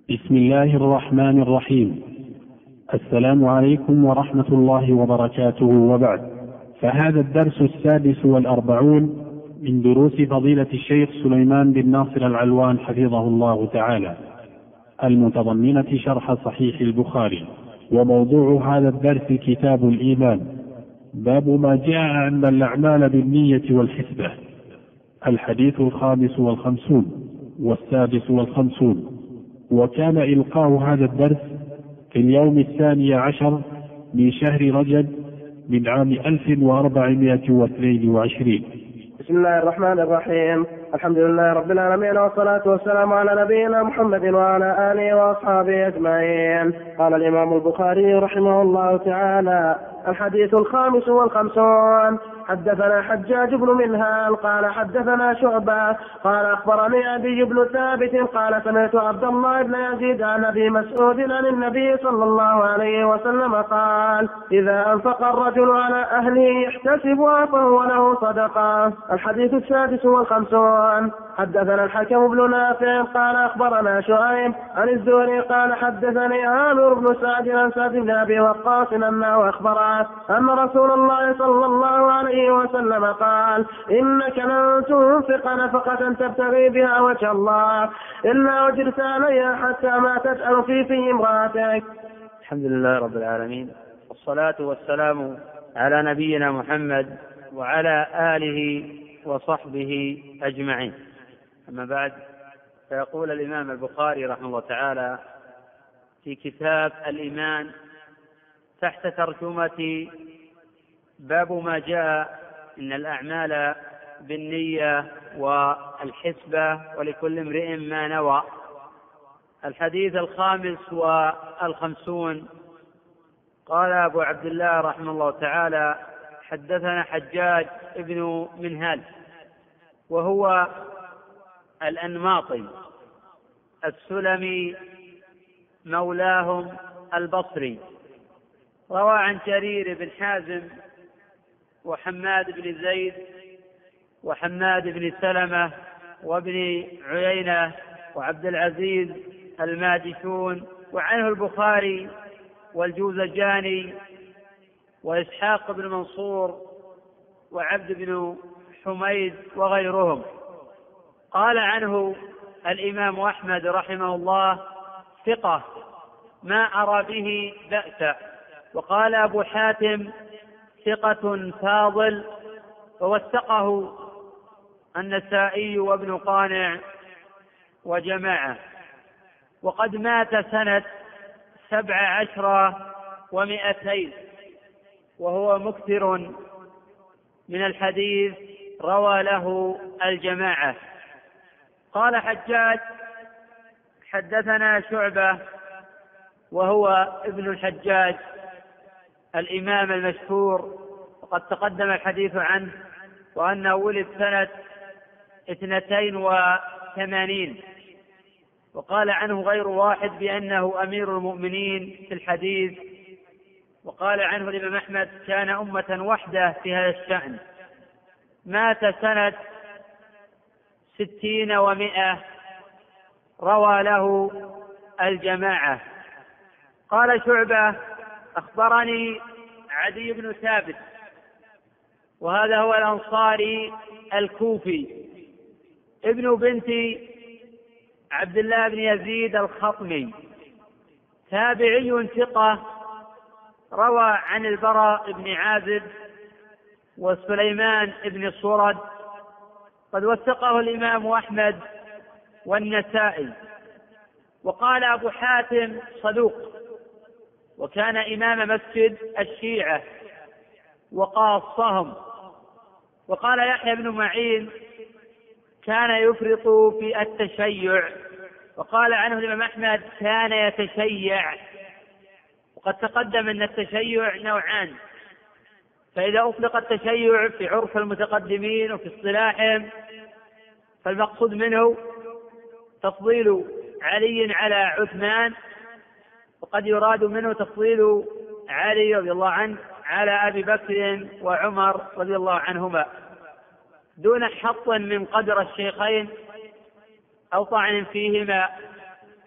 بسم الله الرحمن الرحيم. السلام عليكم ورحمة الله وبركاته، وبعد، فهذا الدرس 46 من دروس فضيلة الشيخ سليمان بن ناصر العلوان حفظه الله تعالى، المتضمنة شرح صحيح البخاري. وموضوع هذا الدرس كتاب الإيمان، باب ما جاء أن الأعمال بالنية والحسبة. الحديث 55 و56. وكان إلقاء هذا الدرس في اليوم 12 من شهر رجب من عام 1422. بسم الله الرحمن الرحيم. الحمد لله رب العالمين، والصلاة والسلام على نبينا محمد وعلى آله وأصحابه أجمعين. قال الإمام البخاري رحمه الله تعالى: الحديث 55. حدثنا حجاج بن منهال قال حدثنا شعبة قال أخبرني أبي بن ثابت قال سمعت عبد الله بن يزيد عن أبي مسعود عن النبي صلى الله عليه وسلم قال: إذا أنفق الرجل على أهله يحتسبها فهو له صدقة. الحديث 56. حدثنا الحكم بن نافع قال أخبرنا شعيب عن الزهري قال حدثني عامر بن سعد عن سعد بن أبي وقاص أنه أخبره أن رسول الله صلى الله عليه وسلم قال: إنك لن تنفق نفقة تبتغي بها وجه الله إلا أجرت عليها حتى ما تجعل في امرأتك. الحمد لله رب العالمين، والصلاة والسلام على نبينا محمد وعلى آله وصحبه أجمعين. أما بعد، فيقول الإمام البخاري رحمه الله تعالى في كتاب الإيمان تحت ترجمة باب ما جاء إن الأعمال بالنية والحسبة ولكل امرئ ما نوى. الحديث 55. قال أبو عبد الله رحمه الله تعالى: حدثنا حجاج ابن منهال، وهو الأنماطي السلمي مولاهم البصري، روى عن جرير بن حازم وحماد بن زيد وحماد بن سلمة وابن عيينة وعبد العزيز الماجشون، وعنه البخاري والجوزجاني وإسحاق بن منصور وعبد بن حميد وغيرهم. قال عنه الإمام أحمد رحمه الله: ثقة ما أرى به بأسا. وقال أبو حاتم: ثقة فاضل، ووثقه النسائي وابن قانع وجماعة. وقد مات سنة 17 و200، وهو مكثر من الحديث، روى له الجماعة. قال حجاج: حدثنا شعبة، وهو ابن الحجاج الإمام المشهور، وقد تقدم الحديث عنه، وأنه ولد سنة 82. وقال عنه غير واحد بأنه أمير المؤمنين في الحديث. وقال عنه الإمام أحمد: كان أمة وحده في هذا الشأن. مات سنة 60 و100، روى له الجماعة. قال شعبة: أخبرني عدي بن ثابت، وهذا هو الأنصاري الكوفي ابن بنت عبد الله بن يزيد الخطمي، تابعي ثقة، روى عن البراء بن عازب وسليمان بن صرد. قد وثقه الإمام أحمد والنسائي. وقال أبو حاتم: صدوق، وكان إمام مسجد الشيعة وقاصهم. وقال يحيى بن معين: كان يفرط في التشيع. وقال عنه الإمام أحمد: كان يتشيع. وقد تقدم أن التشيع نوعان، فإذا أطلق التشيع في عرف المتقدمين وفي اصطلاحهم فالمقصود منه تفضيل علي على عثمان، وقد يراد منه تفضيل علي رضي الله عنه على أبي بكر وعمر رضي الله عنهما، دون حط من قدر الشيخين أو طعن فيهما.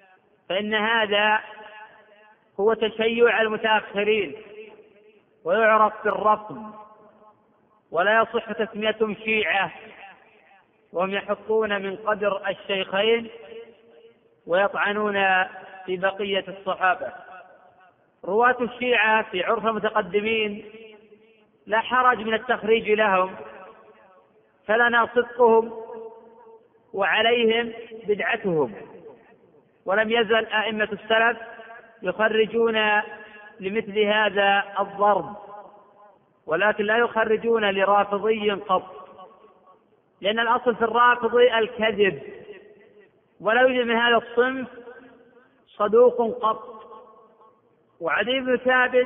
فإن هذا هو تشيع المتأخرين ويعرف بالرفض، ولا يصح تسميتهم شيعة، وهم يحطون من قدر الشيخين ويطعنون في بقية الصحابة. رواة الشيعة في عرف المتقدمين لا حرج من التخريج لهم، فلنا صدقهم وعليهم بدعتهم، ولم يزل أئمة السلف يخرجون لمثل هذا الضرب، ولكن لا يخرجون لرافضي قط، لأن الأصل في الرافضي الكذب، ولا يوجد من هذا الصنف صدوق قط. وعدي بن ثابت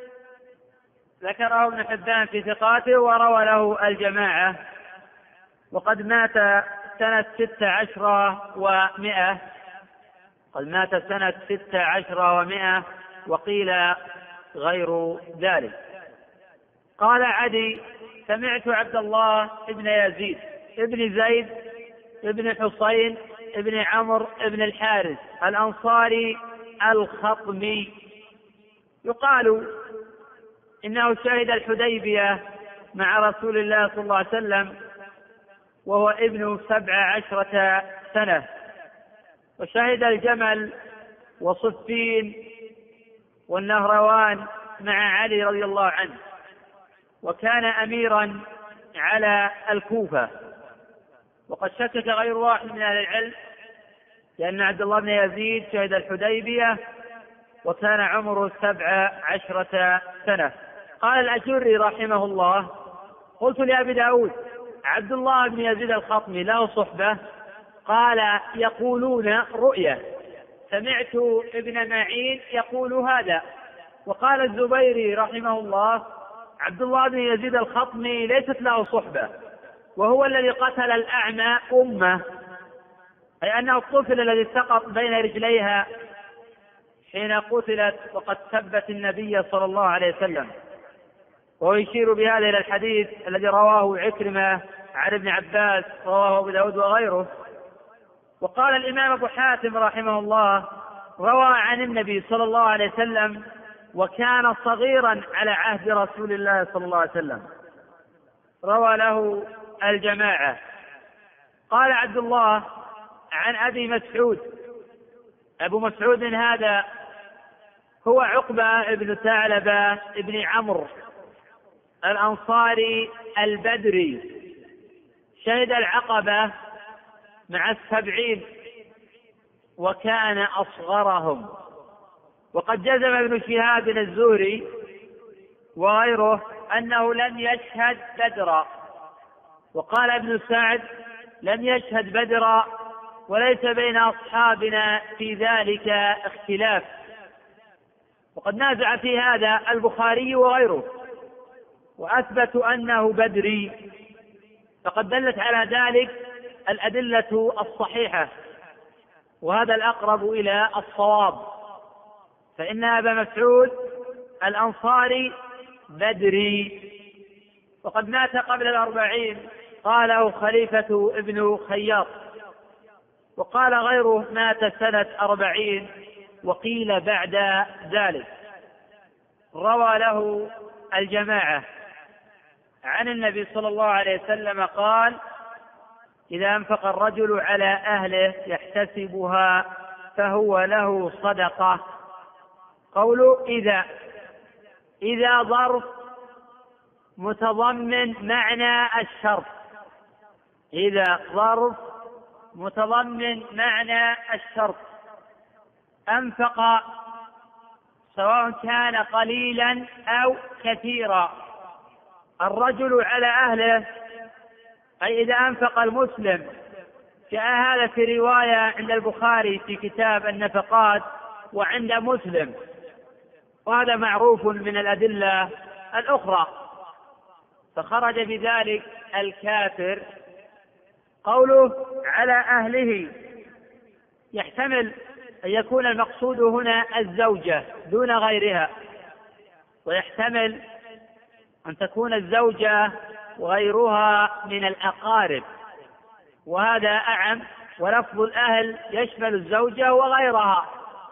ذكره ابن حبان في ثقاته وروى له الجماعة، وقد مات سنة 16 و100، قد مات سنة 16 و100، وقيل غير ذلك. قال عدي: سمعت عبد الله بن يزيد ابن زيد ابن حسين ابن عمرو ابن الحارث الأنصاري الخطمي يقال إنه شهد الحديبية مع رسول الله صلى الله عليه وسلم وهو ابن 17 سنة، وشهد الجمل وصفين والنهروان مع علي رضي الله عنه، وكان أميرا على الكوفة. وقد شكك غير واحد من أهل العلم لأن عبد الله بن يزيد شهد الحديبية وكان عمره 17 سنة. قال الأجري رحمه الله: قلت لأبي داود: عبد الله بن يزيد الخطمي له صحبة؟ قال: يقولون رؤية، سمعت ابن معين يقول هذا. وقال الزبيري رحمه الله: عبد الله بن يزيد الخطمي ليست له صحبة، وهو الذي قتل الأعمى أمه، أي أنه الطفل الذي سقط بين رجليها حين قتلت وقد ثبت النبي صلى الله عليه وسلم. وهو يشير بهذا إلى الحديث الذي رواه عكرمة عن ابن عباس، رواه أبو داود وغيره. وقال الإمام أبو حاتم رحمه الله: روى عن النبي صلى الله عليه وسلم وكان صغيرا على عهد رسول الله صلى الله عليه وسلم، روى له الجماعة. قال عبد الله عن أبي مسعود: أبو مسعود هذا هو عقبة بن ثعلبة بن عمرو الأنصاري البدري، شهد العقبة مع 70 وكان أصغرهم. وقد جزم ابن شهاب الزهري وغيره أنه لم يشهد بدرا، وقال ابن سعد: لم يشهد بدرا، وليس بين أصحابنا في ذلك اختلاف. وقد نازع في هذا البخاري وغيره وأثبتوا أنه بدري، فقد دلت على ذلك الأدلة الصحيحة، وهذا الأقرب إلى الصواب، فإن أبا مسعود الأنصاري بدري، وقد مات قبل 40، قاله خليفة ابن خياط. وقال غيره مات سنة 40، وقيل بعد ذلك. روى له الجماعة عن النبي صلى الله عليه وسلم قال: إذا أنفق الرجل على أهله يحتسبها فهو له صدقة. قوله إذا ظرف متضمن معنى الشرط، إذا ظرف متضمن معنى الشرط. أنفق سواء كان قليلا أو كثيرا. الرجل على أهله أي إذا أنفق المسلم، جاء هذا في رواية عند البخاري في كتاب النفقات وعند مسلم، وهذا معروف من الأدلة الأخرى، فخرج بذلك الكافر. قوله على أهله يحتمل أن يكون المقصود هنا الزوجة دون غيرها، ويحتمل أن تكون الزوجة وغيرها من الأقارب، وهذا أعم، ولفظ الأهل يشمل الزوجة وغيرها،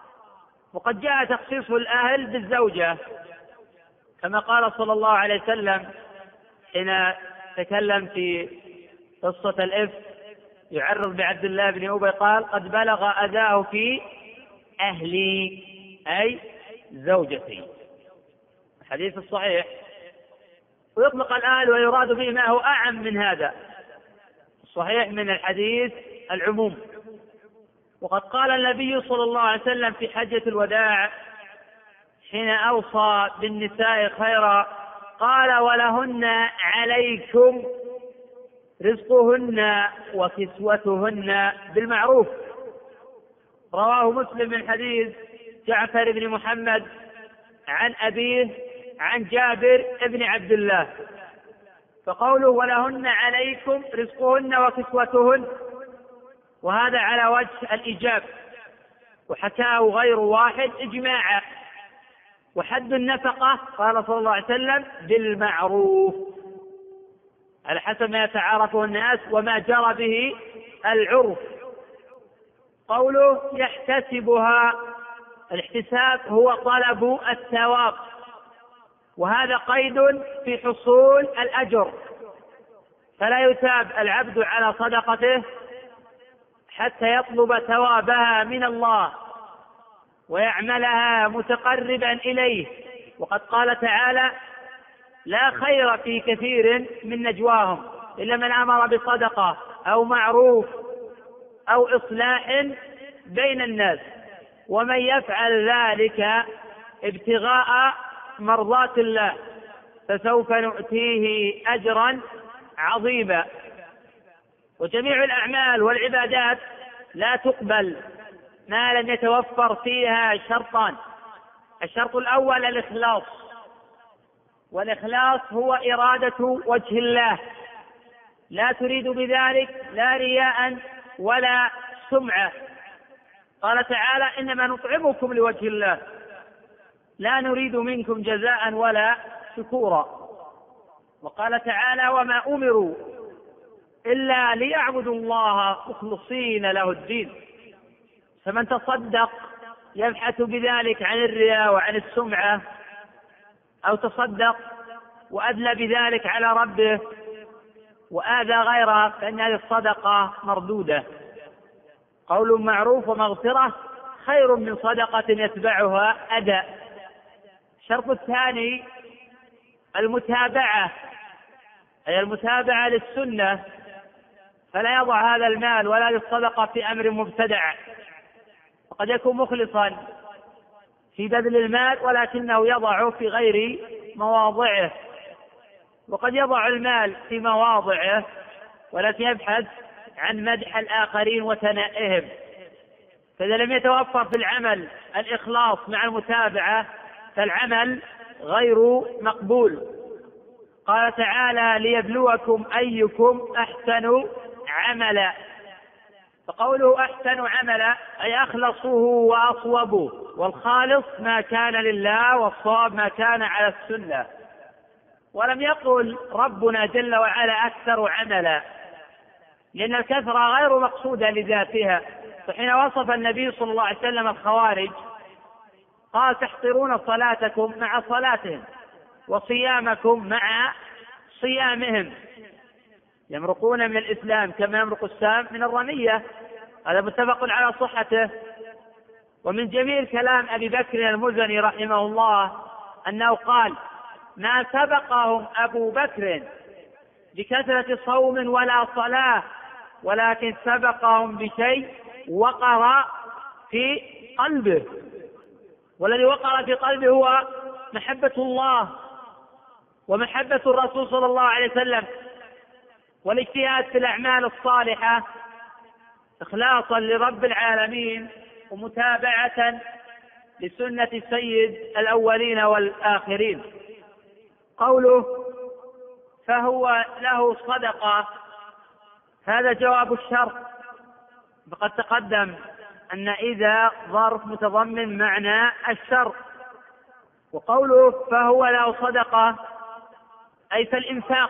وقد جاء تخصيص الأهل بالزوجة كما قال صلى الله عليه وسلم حين تكلم في قصة الإفك يعرض بعبد الله بن أبي قال قد بلغ أذاه في أهلي أي زوجتي، الحديث الصحيح. ويطلق الأهل ويراد به ما هو أعم من هذا، الصحيح من الحديث العموم. وقد قال النبي صلى الله عليه وسلم في حجة الوداع حين أوصى بالنساء خيرا قال ولهن عليكم رزقهن وكسوتهن بالمعروف. رواه مسلم من حديث جعفر بن محمد عن أبيه عن جابر بن عبد الله. فقوله ولهن عليكم رزقهن وكسوتهن، وهذا على وجه الإيجاب، وحكاه غير واحد إجماعا. وحد النفقة قال صلى الله عليه وسلم بالمعروف على حسب ما يتعارفه الناس وما جرى به العرف. قوله يحتسبها، الاحتساب هو طلب الثواب، وهذا قيد في حصول الأجر، فلا يثاب العبد على صدقته حتى يطلب ثوابها من الله ويعملها متقربا إليه. وقد قال تعالى لا خير في كثير من نجواهم إلا من أمر بصدقة أو معروف أو إصلاح بين الناس، ومن يفعل ذلك ابتغاء مرضات الله فسوف نؤتيه أجرا عظيما. وجميع الأعمال والعبادات لا تقبل ما لم يتوفر فيها شرطان. الشرط الأول الإخلاص، والإخلاص هو إرادة وجه الله، لا تريد بذلك لا رياء ولا سمعة. قال تعالى إنما نطعمكم لوجه الله لا نريد منكم جزاء ولا شكورا. وقال تعالى وما أمروا إلا ليعبدوا الله مخلصين له الدين. فمن تصدق يبحث بذلك عن الرياء وعن السمعة، أو تصدق وأدلى بذلك على ربه وآذى غيره، فإن هذه الصدقة مردودة. قول معروف ومغفرة خير من صدقة يتبعها أذى. الشرط الثاني المتابعة، أي المتابعة للسنة، فلا يضع هذا المال ولا للصدقة في أمر مبتدع، وقد يكون مخلصا في بذل المال ولكنه يضعه في غير مواضعه، وقد يضع المال في مواضعه ولكن يبحث عن مدح الآخرين وثنائهم. فإذا لم يتوفر في العمل الإخلاص مع المتابعة فالعمل غير مقبول. قال تعالى ليبلوكم أيكم أحسن عملا، فقوله أحسن عملا أي أخلصه وأصوبه، والخالص ما كان لله والصواب ما كان على السنة. ولم يقل ربنا جل وعلا أكثر عملا، لأن الكثرة غير مقصودة لذاتها. فحين وصف النبي صلى الله عليه وسلم الخوارج قال تحقرون صلاتكم مع صلاتهم وصيامكم مع صيامهم، يمرقون من الإسلام كما يمرق السام من الرمية. هذا متفق على صحته. ومن جميل كلام أبي بكر المزني رحمه الله أنه قال ما سبقهم أبو بكر بكثرة صوم ولا صلاة، ولكن سبقهم بشيء وقر في قلبه، والذي وقر في قلبه هو محبة الله ومحبة الرسول صلى الله عليه وسلم، والاجتهاد في الأعمال الصالحة إخلاصا لرب العالمين ومتابعة لسنة سيد الأولين والآخرين. قوله فهو له صدقة، هذا جواب الشرط، فقد تقدم أن إذا ظرف متضمن معنى الشرط. وقوله فهو له صدقة أي في الإنفاق،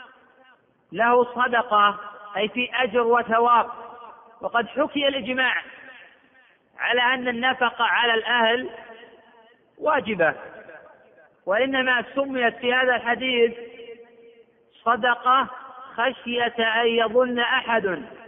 له صدقة أي في أجر وثواب. وقد حكي الإجماع على أن النفقة على الأهل واجبة، وإنما سميت في هذا الحديث صدقة خشية أن يظن أحد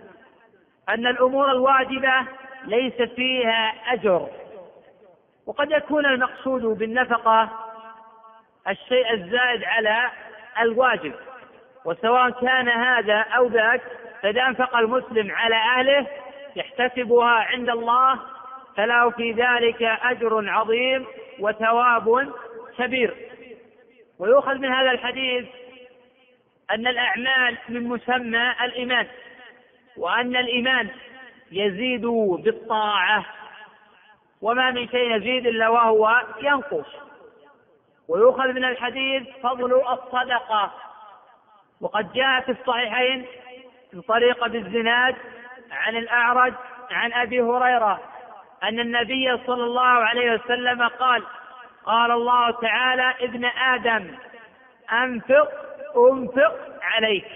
أن الأمور الواجبة ليس فيها أجر. وقد يكون المقصود بالنفقة الشيء الزائد على الواجب، وسواء كان هذا أو ذاك، فإذا أنفق المسلم على أهله يحتسبها عند الله فله في ذلك أجر عظيم وثواب كبير. ويؤخذ من هذا الحديث أن الأعمال من مسمى الإيمان، وأن الإيمان يزيد بالطاعة، وما من شيء يزيد إلا وهو ينقص. ويؤخذ من الحديث فضل الصدقة، وقد جاء في الصحيحين من طريق ابي الزناد عن الأعرج عن أبي هريرة أن النبي صلى الله عليه وسلم قال: قال الله تعالى: ابن آدم أنفق عليك.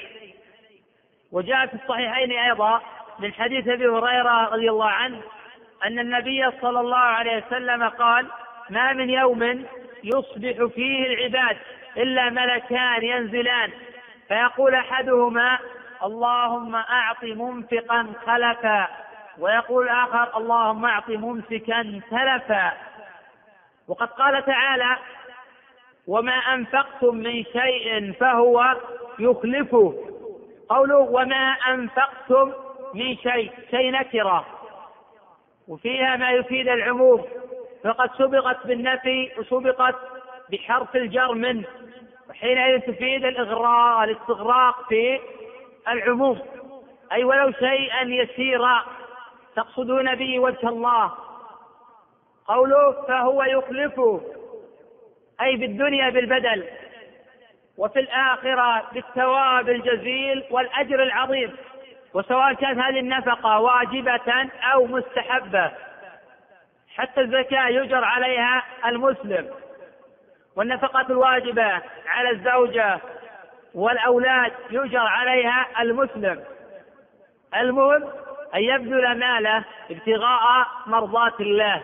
وجاء في الصحيحين أيضا من حديث أبي هريرة رضي الله عنه أن النبي صلى الله عليه وسلم قال: ما من يوم يصبح فيه العباد إلا ملكان ينزلان فيقول أحدهما: اللهم أعط منفقا خلفا، ويقول الآخر: اللهم أعط ممسكا تلفا. وقد قال تعالى: وما أنفقتم من شيء فهو يخلفه. قوله وما أنفقتم من شيء نكرة، وفيها ما يفيد العموم، فقد سبقت بالنفي وسبقت بحرف الجر منه، وحينئذ تفيد الاستغراق في العموم، أي ولو شيئا يسيرا تقصدون به وجه الله. قوله فهو يخلفه أي بالدنيا بالبدل، وفي الآخرة بالثواب الجزيل والأجر العظيم، وسواء كانت هذه النفقة واجبة أو مستحبة. حتى الزكاة يجر عليها المسلم، والنفقة الواجبة على الزوجة والأولاد يجر عليها المسلم. المهم أن يبذل ماله ابتغاء مرضات الله.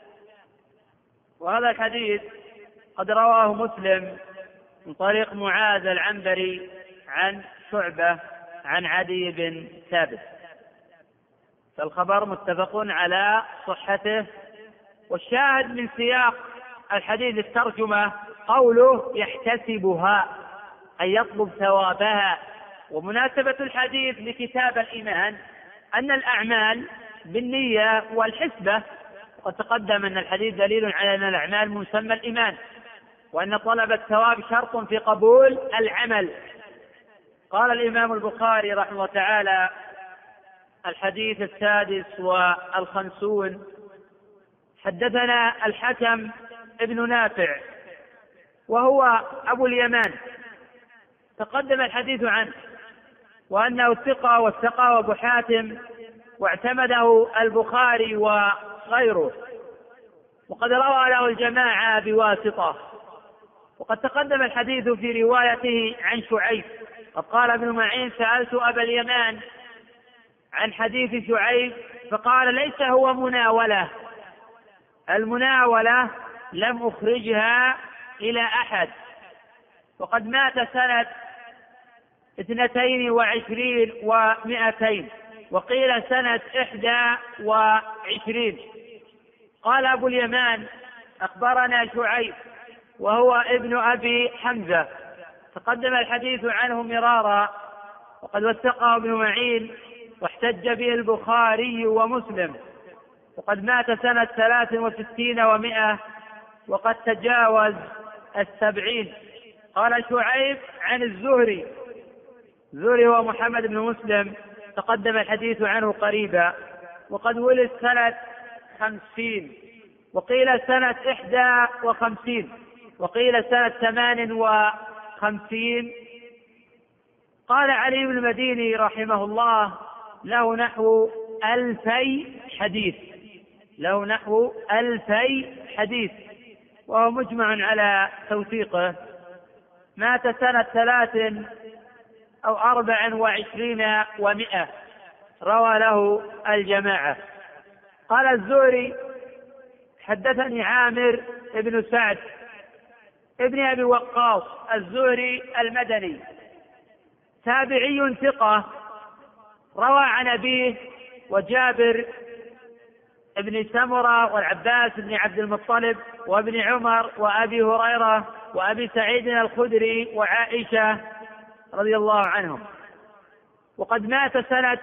وهذا الحديث قد رواه مسلم من طريق معاذ العنبري عن شعبة عن عدي بن ثابت، فالخبر متفق على صحته. والشاهد من سياق الحديث الترجمة قوله يحتسبها أي يطلب ثوابها. ومناسبة الحديث لكتاب الإيمان أن الأعمال بالنية والحسبة، وقد تقدم أن الحديث دليل على أن الأعمال مسمى الإيمان، وأن طلب الثواب شرط في قبول العمل. قال الإمام البخاري رحمه الله تعالى: الحديث 56. حدثنا الحكم ابن نافع وهو أبو اليمان، تقدم الحديث عنه، وأنه الثقة والثقة وأبو حاتم، واعتمده البخاري وغيره، وقد روى له الجماعة بواسطة. وقد تقدم الحديث في روايته عن شعيب. قد قال ابن معين: سألت أبا اليمان عن حديث شعيب فقال: ليس هو مناولة، المناولة لم أخرجها إلى أحد. وقد مات سنة 22 و200، وقيل سنة 21. قال أبو اليمان: أخبرنا شعيب وهو ابن أبي حمزة، تقدم الحديث عنه مرارا، وقد وثقه ابن معين واحتج به البخاري ومسلم. وقد مات سنة 63 و100، وقد تجاوز 70. قال شعيب عن الزهري هو محمد بن مسلم، تقدم الحديث عنه قريبا، وقد ولد سنة 50، وقيل سنة 51، وقيل سنة 58. قال علي بن المديني رحمه الله: له نحو 2000 حديث، وهو مجمع على توثيقه. مات سنة 23 أو 24 و100، روى له الجماعة. قال الزهري: حدثني عامر بن سعد ابن أبي وقاص الزهري المدني، تابعي ثقة، روى عن أبيه وجابر ابن سمرة والعباس بن عبد المطلب وابن عمر وأبي هريرة وأبي سعيد الخدري وعائشة رضي الله عنهم. وقد مات سنة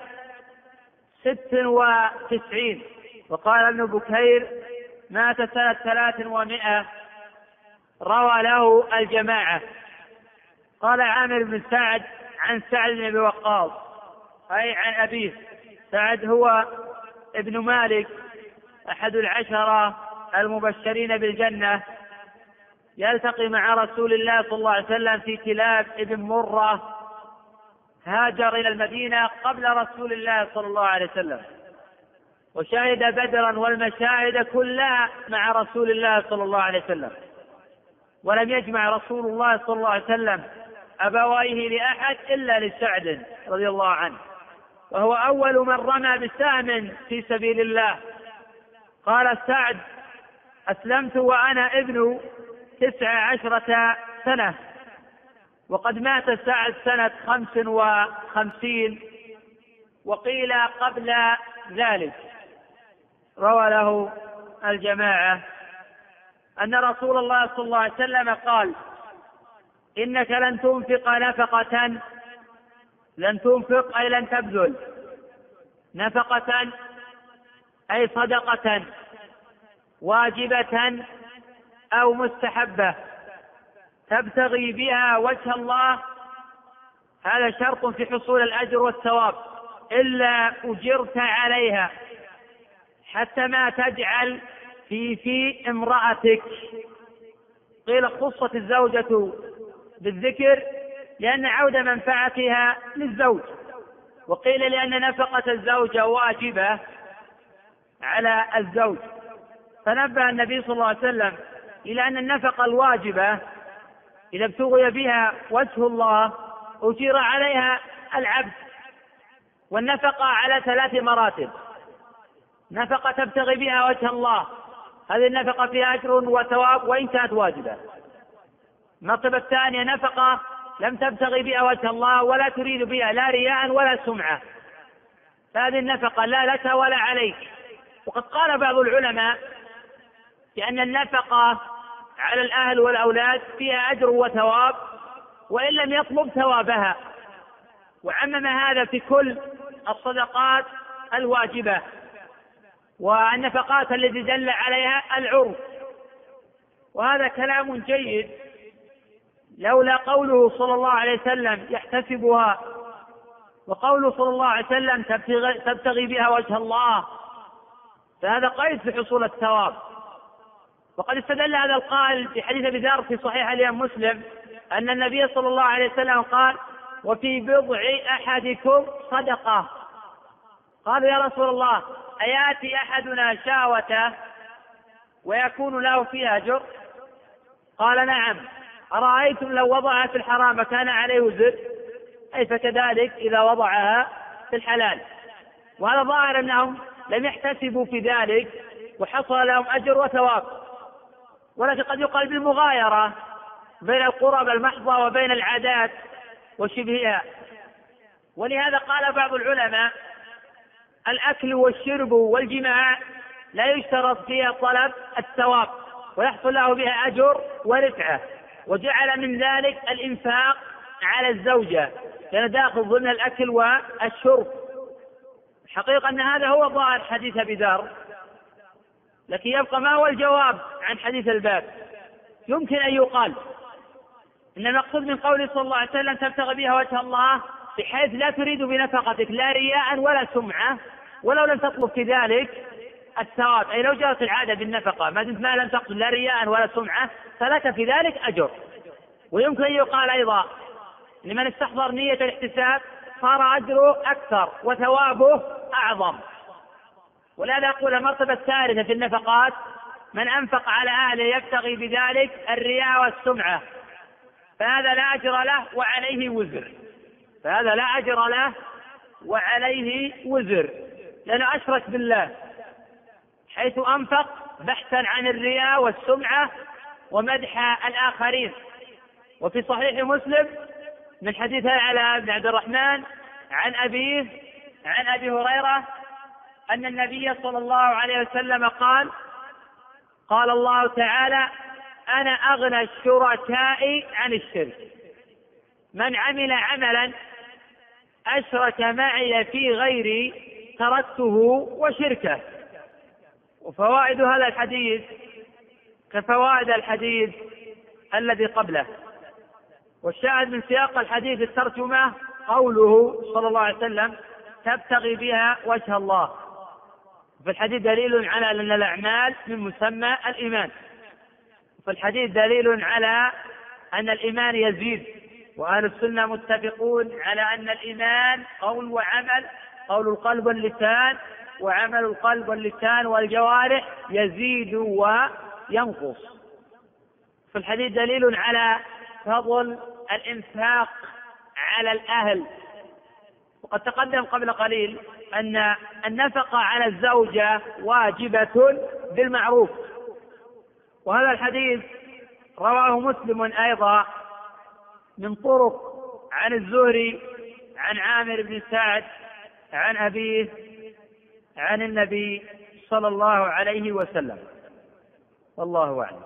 96، وقال ابن بكير: مات سنة 300. روى له الجماعة. قال عامر بن سعد عن سعد بن أبي وقاص أي عن أبيه. سعد هو ابن مالك أحد 10 المبشرين بالجنة، يلتقي مع رسول الله صلى الله عليه وسلم في كلاب ابن مرة، هاجر إلى المدينة قبل رسول الله صلى الله عليه وسلم، وشهد بدرا والمشاهد كلها مع رسول الله صلى الله عليه وسلم، ولم يجمع رسول الله صلى الله عليه وسلم أبويه لأحد إلا لسعد رضي الله عنه، وهو أول من رمى بسهم في سبيل الله. قال سعد: أسلمت وأنا ابن 19 سنة، وقد مات سعد سنة 55، وقيل قبل ذلك. روى له الجماعة أن رسول الله صلى الله عليه وسلم قال: إنك لن تنفق نفقة، لن تنفق أي لن تبذل نفقة أي صدقة واجبة أو مستحبة تبتغي بها وجه الله، هذا شرط في حصول الأجر والثواب، إلا أجرت عليها حتى ما تجعل في امرأتك. قيل خصت الزوجة بالذكر لأن عود منفعتها للزوج، وقيل لأن نفقة الزوجة واجبة على الزوج، فنبه النبي صلى الله عليه وسلم إلى أن النفقة الواجبة إذا ابتغي بها وجه الله أجير عليها العبد. والنفقة على 3 مراتب: نفقة تبتغي بها وجه الله، هذه النفقة فيها أجر وثواب وإن كانت واجبة. المرتبة الثانية: نفقة لم تبتغي بها وجه الله ولا تريد بها لا رياء ولا سمعة، فهذه النفقة لا لك ولا عليك. وقد قال بعض العلماء بأن النفقة على الأهل والأولاد فيها أجر وثواب وإن لم يطلب ثوابها، وعمم هذا في كل الصدقات الواجبة والنفقات التي دل عليها العرف. وهذا كلام جيد، لولا قوله صلى الله عليه وسلم يحتسبها، وقوله صلى الله عليه وسلم تبتغي بها وجه الله، فهذا قيد في حصول الثواب. وقد استدل هذا القائل في حديث أبي ذر في صحيح الإمام مسلم أن النبي صلى الله عليه وسلم قال: وفي بضع أحدكم صدقة. قالوا: يا رسول الله، أياتي أحدنا شهوته ويكون له فيها أجر؟ قال: نعم. أرأيتم لو وضعها في الحرام كان عليه وزر؟ أي فكذلك إذا وضعها في الحلال. وهذا ظاهر أنهم لم يحتسبوا في ذلك وحصل لهم أجر وثواب، ولكن قد يقال بالمغايرة بين القرب المحضة وبين العادات وشبهها. ولهذا قال بعض العلماء: الأكل والشرب والجماع لا يشترط فيها طلب الثواب ويحصل له بها أجر ورفعة، وجعل من ذلك الإنفاق على الزوجة لأن داخل ضمن الأكل والشرب. حقيقة أن هذا هو ظاهر حديث أبي ذر، لكن يبقى ما هو الجواب عن حديث الباب؟ يمكن أن يقال إن المقصود من قوله صلى الله عليه وسلم تبتغي بها وجه الله بحيث لا تريد بنفقتك لا رياء ولا سمعة، ولو لم تطلب في ذلك الثواب، أي لو جرت العادة بالنفقة ما دمت ما لم تقصد لا رياء ولا سمعة فلك في ذلك أجر. ويمكن أن يقال أيضا لمن استحضر نية الاحتساب صار أجره أكثر وثوابه أعظم. ولهذا أقول المرتبة الثالثة في النفقات من أنفق على أهله يبتغي بذلك الرياء والسمعة، فهذا لا أجر له وعليه وزر، فهذا لا أجر له وعليه وزر، لأنه أشرك بالله. حيث أنفق بحثا عن الرياء والسمعة ومدح الآخرين. وفي صحيح مسلم من حديث العلاء بن عبد الرحمن عن أبيه عن أبي هريرة أن النبي صلى الله عليه وسلم قال الله تعالى: أنا أغنى الشركاء عن الشرك، من عمل عملا أشرك معي في غيري تركته وشركه. وفوائد هذا الحديث كفوائد الحديث الذي قبله. والشاهد من سياق الحديث الترجمة قوله صلى الله عليه وسلم: تبتغي بها وجه الله. في الحديث دليل على أن الأعمال من مسمى الإيمان. في الحديث دليل على أن الإيمان يزيد، وأهل السنة متفقون على أن الإيمان قول وعمل، قول القلب واللسان، وعمل القلب واللسان والجوارح يزيد وينقص. في الحديث دليل على فضل الإنفاق على الأهل. وقد تقدم قبل قليل أن النفقة على الزوجة واجبة بالمعروف. وهذا الحديث رواه مسلم أيضا من طرق عن الزهري عن عامر بن سعد عن أبيه عن النبي صلى الله عليه وسلم، والله أعلم.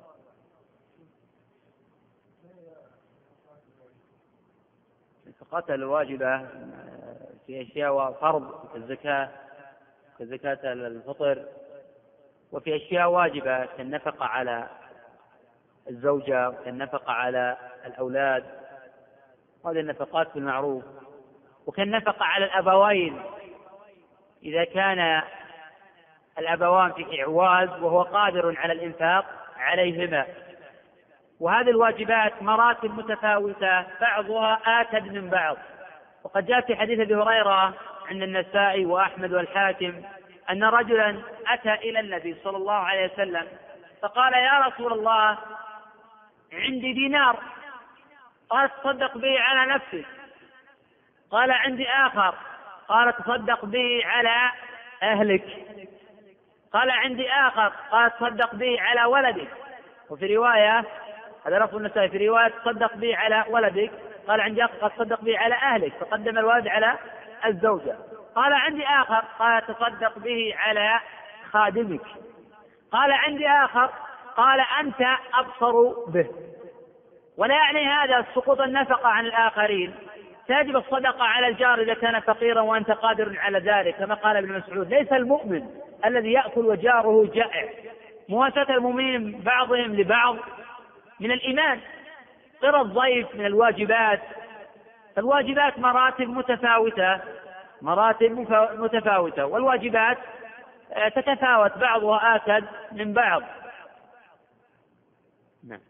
النفقات الواجبة في أشياء فرض كزكاة الفطر، وفي أشياء واجبة كالنفقة على الزوجة وكالنفقة على الأولاد، هذه النفقات بالمعروف. وكالنفقة على الأبوين إذا كان الأبوان في إعواز وهو قادر على الإنفاق عليهما. وهذه الواجبات مراتب متفاوتة بعضها آكد من بعض. وقد جاء في حديث أبي هريرة عند النسائي وأحمد والحاكم أن رجلا أتى إلى النبي صلى الله عليه وسلم فقال: يا رسول الله، عندي دينار. قال: تصدق به على نفسك. قال: عندي آخر. قال: تصدق به على أهلك. قال: عندي آخر. قال: تصدق به على ولدك. وفي رواية، هذا لفظ النسائي، في رواية: تصدق به على ولدك. قال: عندي آخر. قال: تصدق به على أهلك. فقدم الولد على الزوجة. قال: عندي آخر. قال: تصدق به على خادمك. قال: عندي آخر. قال: أنت أبصر به. ولا يعني هذا سقوط النفقة عن الآخرين، تجب الصدقة على الجار إذا كان فقيرا وأنت قادر على ذلك، كما قال ابن مسعود: ليس المؤمن الذي يأكل وجاره جائع. مواساة المؤمنين بعضهم لبعض من الإيمان. قرى الضيف من الواجبات. فالواجبات مراتب متفاوتة، والواجبات تتفاوت بعضها آكد من بعض. نعم.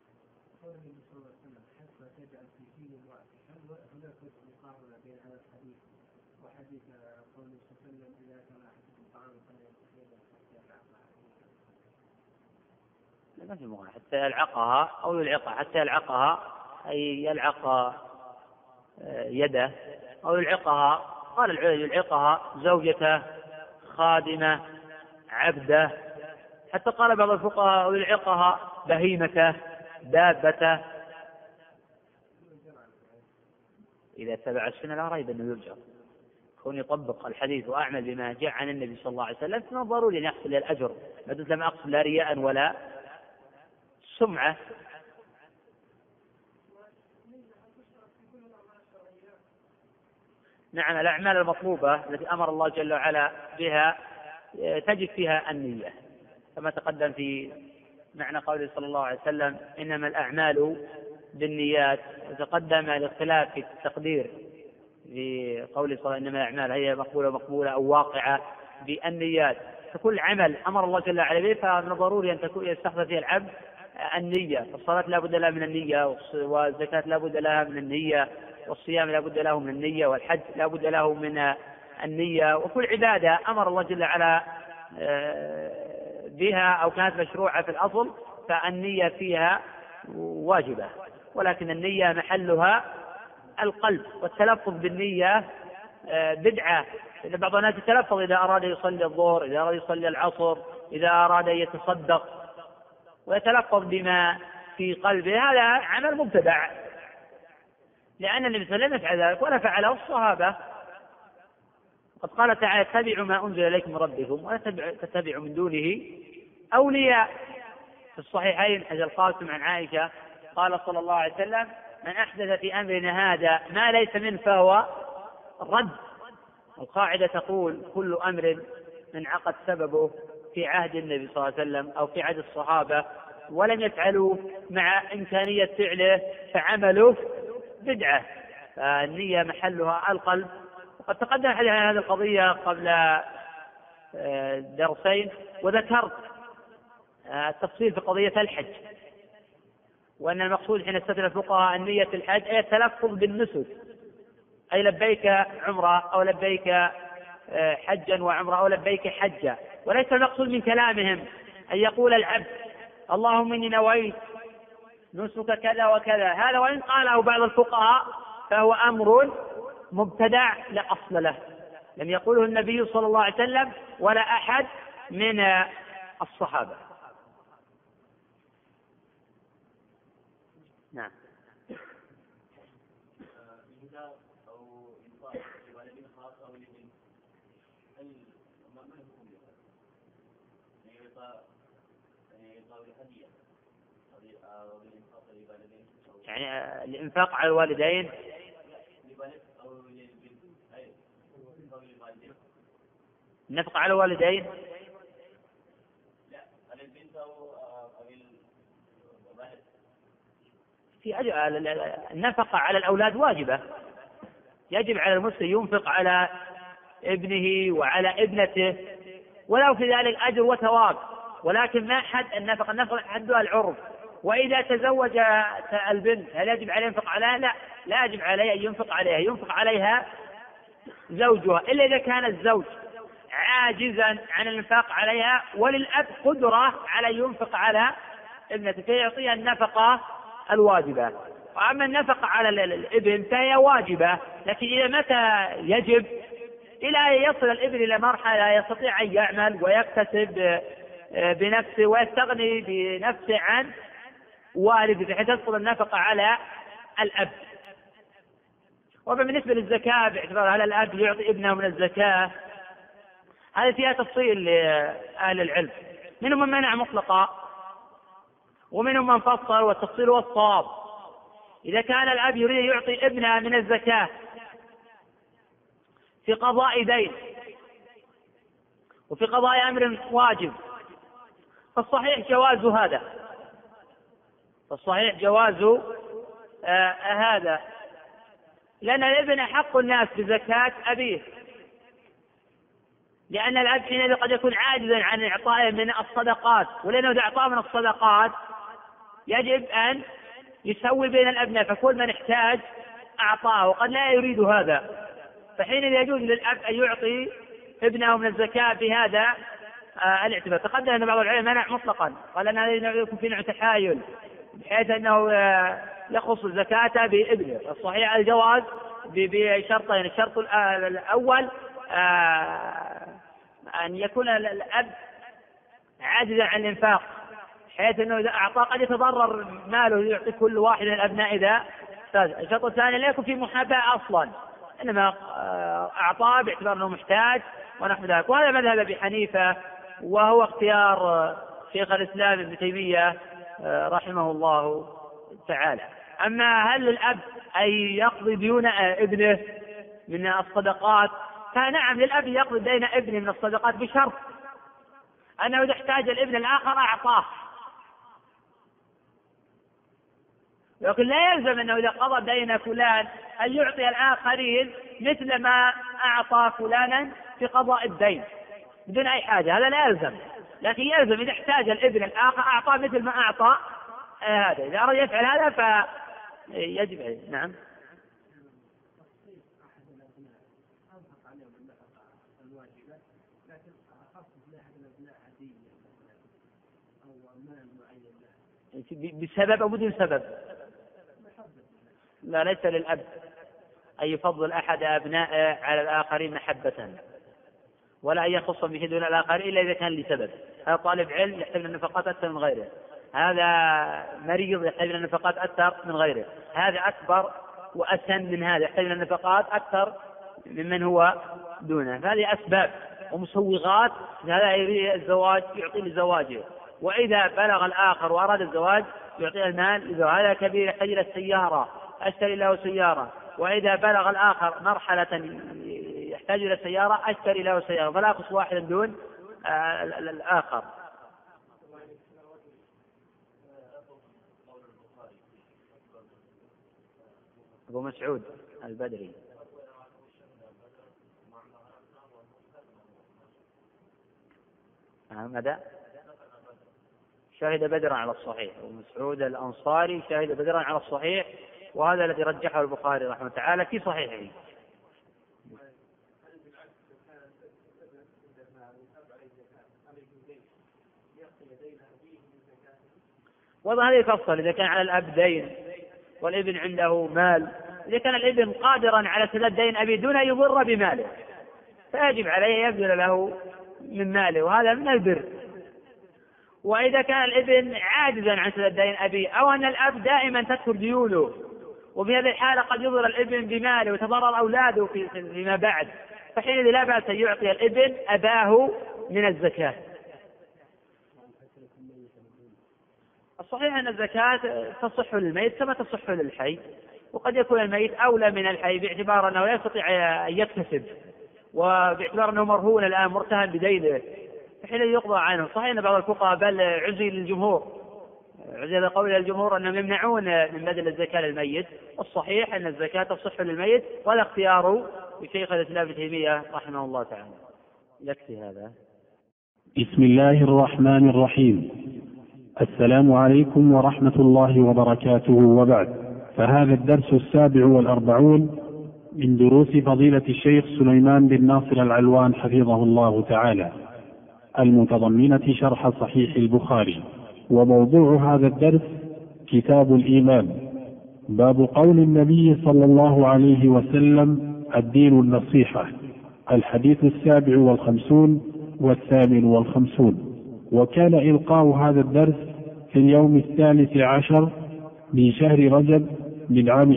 ما في مقارنة حتى يلعقها أو يلعقها، حتى يلعقها أي يلعق يده أو يلعقها. قال العلماء: يلعقها زوجته، خادمة، عبده، حتى قال بعض الفقهاء: أو يلعقها بهيمته، دابته. إذا اتبع السنة لا ريب أنه يرجع. كون يطبق الحديث وأعمل بما جاء عن النبي صلى الله عليه وسلم فما ضروري أن يحصل الأجر، ما دمت لم أقصد لا رياء ولا سمعة. نعم، الأعمال المطلوبة التي أمر الله جل وعلا بها تجد فيها النية، كما تقدم في معنى قوله صلى الله عليه وسلم: إنما الأعمال بالنيات. وتقدم الاختلاف في التقدير في قوله صلى الله عليه وسلم: إنما الأعمال هي مقبولة أو واقعة بالنيات. فكل عمل أمر الله جل وعلا به فمن ضروري أن يستحضر فيه العبد النية. فالصلاة لا بد لها من النية، والزكاة لا بد لها من النية، والصيام لا بد له من النية، والحج لا بد له من النية. وكل عبادة أمر الله جل وعلا بها أو كانت مشروعة في الأصل فالنية فيها واجبة، ولكن النية محلها القلب، والتلفظ بالنية بدعة إذا بعض الناس يتلفظ إذا أراد يصلي الظهر، إذا أراد يصلي العصر، إذا أراد أن يتصدق ويتلفظ بما في قلبه، هذا عمل مبتدع، لأن النبي صلى الله عليه وسلم يفعل ذلك ولا فعله الصحابة. قد قال تعالى: اتبعوا ما أنزل إليكم من ربكم ولا تتبعوا من دونه أولياء. في الصحيحين حديث القاسم عن عائشة قال صلى الله عليه وسلم: من أحدث في أمرنا هذا ما ليس منه فهو رد. القاعدة تقول: كل أمر انعقد سببه في عهد النبي صلى الله عليه وسلم أو في عهد الصحابة ولم يفعلوا مع إمكانية فعله فعمله بدعة، فالنية محلها القلب. وقد تقدم الحديث عن هذه القضية قبل درسين، وذكرت التفصيل في قضية الحج، وأن المقصود حين استدل الفقهاء النية الحج أي التلفظ بالنسك، أي لبيك عمرة أو لبيك حجا وعمرة أو لبيك حجا، وليس المقصود من كلامهم أن يقول العبد: اللهم إني نويت نسك كذا وكذا. هذا وإن قاله بعض الفقهاء فهو أمر مبتدع لا أصل له، لم يقوله النبي صلى الله عليه وسلم ولا أحد من الصحابة. نعم. يعني الإنفاق على الوالدين، النفقة على الوالدين في النفقة على الأولاد واجبة، يجب على المسلم ينفق على ابنه وعلى ابنته ولو في ذلك أجر وثواب، ولكن ما حد النفقة، النفقة حدها العرف. وإذا تزوج البنت هل يجب عليه ينفق عليها؟ لا يجب عليه أن ينفق عليها، ينفق عليها زوجها، إلا إذا كان الزوج عاجزا عن الانفاق عليها وللأب قدرة على أن ينفق على ابنته فيعطيها النفقة الواجبة. وأما النفقة على الابن فهي واجبة، لكن إذا متى يجب؟ إلى أن يصل الابن إلى مرحلة يستطيع أن يعمل ويكتسب بنفسه ويستغني بنفسه عن والده بحيث تسقط النفقة على الأب. وبالنسبة للزكاة باعتبار هل الأب يعطي ابنه من الزكاة، هذا فيها تفصيل لأهل العلم، منهم من منع مطلقا ومنهم من فصل، والتفصيل والصواب إذا كان الأب يريد يعطي ابنه من الزكاة في قضاء دين وفي قضاء أمر واجب فالصحيح جواز هذا، فالصحيح جواز هذا، لأن الابن حق الناس بزكاة أبيه، لأن الأب حينئذ قد يكون عاجزا عن إعطائه من الصدقات، ولأنه إذا أعطاه من الصدقات يجب أن يسوي بين الأبناء، فكل من احتاج أعطاه وقد لا يريد هذا، فحينئذ يجوز للأب أن يعطي ابنه من الزكاة بهذا الاعتبار. تقدم أن بعض العلماء منع مطلقا، قال أن هذا يكون في نوع تحايل بحيث أنه يخص الزكاة بابنه. الصحيح الجواز بشرطين: الشرط الأول أن يكون الأب عاجزا عن الإنفاق حيث أنه إذا أعطاه قد يتضرر ماله يعطي كل واحد من الأبناء إذا فاز. الشرط الثاني لا يكون في محاباة أصلا، إنما أعطاه باعتبار أنه محتاج ونحو ذلك. وهذا مذهب أبي حنيفة وهو اختيار شيخ الإسلام ابن تيمية رحمه الله تعالى. أما هل الأب أي يقضي ديون ابنه من الصدقات؟ فنعم للأب يقضي دين ابنه من الصدقات بشرط أنه إذا احتاج الابن الآخر أعطاه، لكن لا يلزم أنه إذا قضى دين فلان أن يعطي الآخرين مثل ما أعطى فلانا في قضاء الدين بدون أي حاجة، هذا لا يلزم، لكن يلزم إذا احتاج الابن الآخر أعطاه مثل ما أعطى هذا، إذا أراد يفعل هذا فيجب عليه. نعم. بسبب أو بدون سبب؟ لا، ليس للأب أن يفضل أحد أبنائه على الآخرين محبة، ولا أن يخص به دون الآخر إلا إذا كان لسبب. هذا طالب علم يحتمل النفقات أكثر من غيره، هذا مريض يحتمل النفقات أكثر من غيره، هذا أكبر وأسن من هذا يحتمل النفقات أكثر ممن هو دونه. فهذه أسباب ومسوغات، هذا يريد الزواج يعطي لزواجه، وإذا بلغ الآخر وأراد الزواج يعطيه المال. هذا كبير يحتاج إلى السيارة أشتري له سيارة، وإذا بلغ الآخر مرحلة يحتاج إلى السيارة أشتري له سيارة، فلا أخص واحدا دون الآخر. أبو مسعود البدري ماذا؟ شاهد بدرا على الصحيح، ومسعود الأنصاري شاهد بدرا على الصحيح، وهذا الذي رجحه البخاري رحمه الله تعالى في صحيحه. وهذا يفصل إذا كان على الأب دين والابن عنده مال. إذا كان الابن قادرا على سداد دين أبيه دون أن يضر بماله فيجب عليه يبذل له من ماله، وهذا من البر. وإذا كان الابن عاجزا عن سداد دين أبيه، أو أن الأب دائما تكثر ديونه، وفي هذه الحالة قد يضر الابن بماله وتضرر أولاده فيما بعد، فحينئذ لا بأس أن يعطي الابن أباه من الزكاة. الصحيح أن الزكاة تصح للميت كما تصح للحي، وقد يكون الميت أولى من الحي باعتبار أنه لا يستطيع أن يكتسب، وباعتبار أنه مرهون الآن مرتهن بدينه، فحين يقضى عنه. صحيح أن بعض الفقهاء بل عزي للجمهور، عزي قول الجمهور أنهم يمنعون من بذل الزكاة للميت. الصحيح أن الزكاة تصح للميت، ولا اختيار لشيخ الإسلام ابن تيمية رحمه الله تعالى. يكفي هذا. بسم الله الرحمن الرحيم. السلام عليكم ورحمة الله وبركاته، وبعد، فهذا الدرس 47 من دروس فضيلة الشيخ سليمان بن ناصر العلوان حفظه الله تعالى، المتضمنة شرح صحيح البخاري. وموضوع هذا الدرس كتاب الإيمان، باب قول النبي صلى الله عليه وسلم: الدين النصيحة، الحديث 57 و58. وكان إلقاء هذا الدرس في اليوم 13 من شهر رجب من عام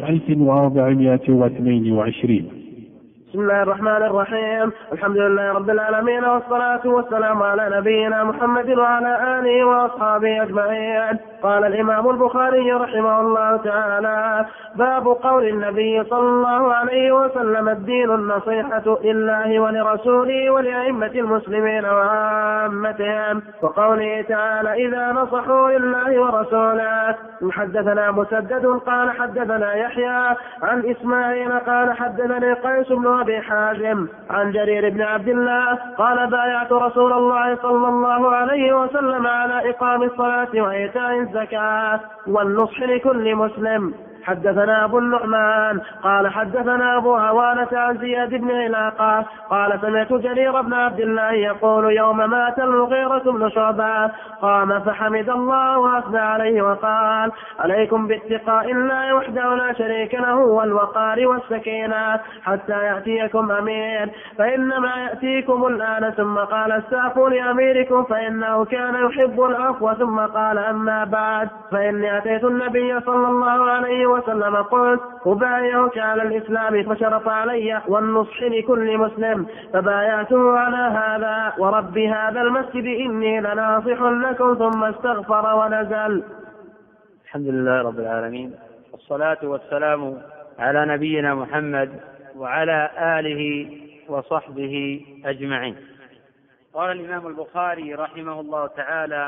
1422. بسم الله الرحمن الرحيم. الحمد لله رب العالمين، والصلاة والسلام على نبينا محمد وعلى آله وأصحابه أجمعين. قال الإمام البخاري رحمه الله تعالى: باب قول النبي صلى الله عليه وسلم: الدين النصيحة لله ولرسوله ولأئمة المسلمين وعامتهم. وقوله تعالى: إذا نصحوا لله ورسوله. حدثنا مسدد قال حدثنا يحيى عن إسماعيل قال حدثني قيس بن أبي حازم عن جرير بن عبد الله قال: بايعت رسول الله صلى الله عليه وسلم على إقام الصلاة وإيتاء الزكاة والنصح لكل مسلم. حدثنا أبو النعمان قال حدثنا أبو عوانة عن زياد بن علاقة قال: سمعت جرير بن عبد الله يقول: يوم مات المغيرة بن شعبة قام فحمد الله وأثنى عليه وقال: عليكم باتقاء الله وحده لا شريك له والوقار والسكينة حتى يأتيكم أمير، فإنما يأتيكم الآن. ثم قال: استعفوا لأميركم فإنه كان يحب العفو. ثم قال: أما بعد، فإني أتيت النبي صلى الله عليه وسلم قلت: أبايعك على الإسلام، فشرط علي والنصح لكل مسلم، فبايعته على هذا ورب هذا المسجد إني لناصح لكم. ثم استغفر ونزل. الحمد لله رب العالمين، والصلاة والسلام على نبينا محمد وعلى آله وصحبه أجمعين. قال الإمام البخاري رحمه الله تعالى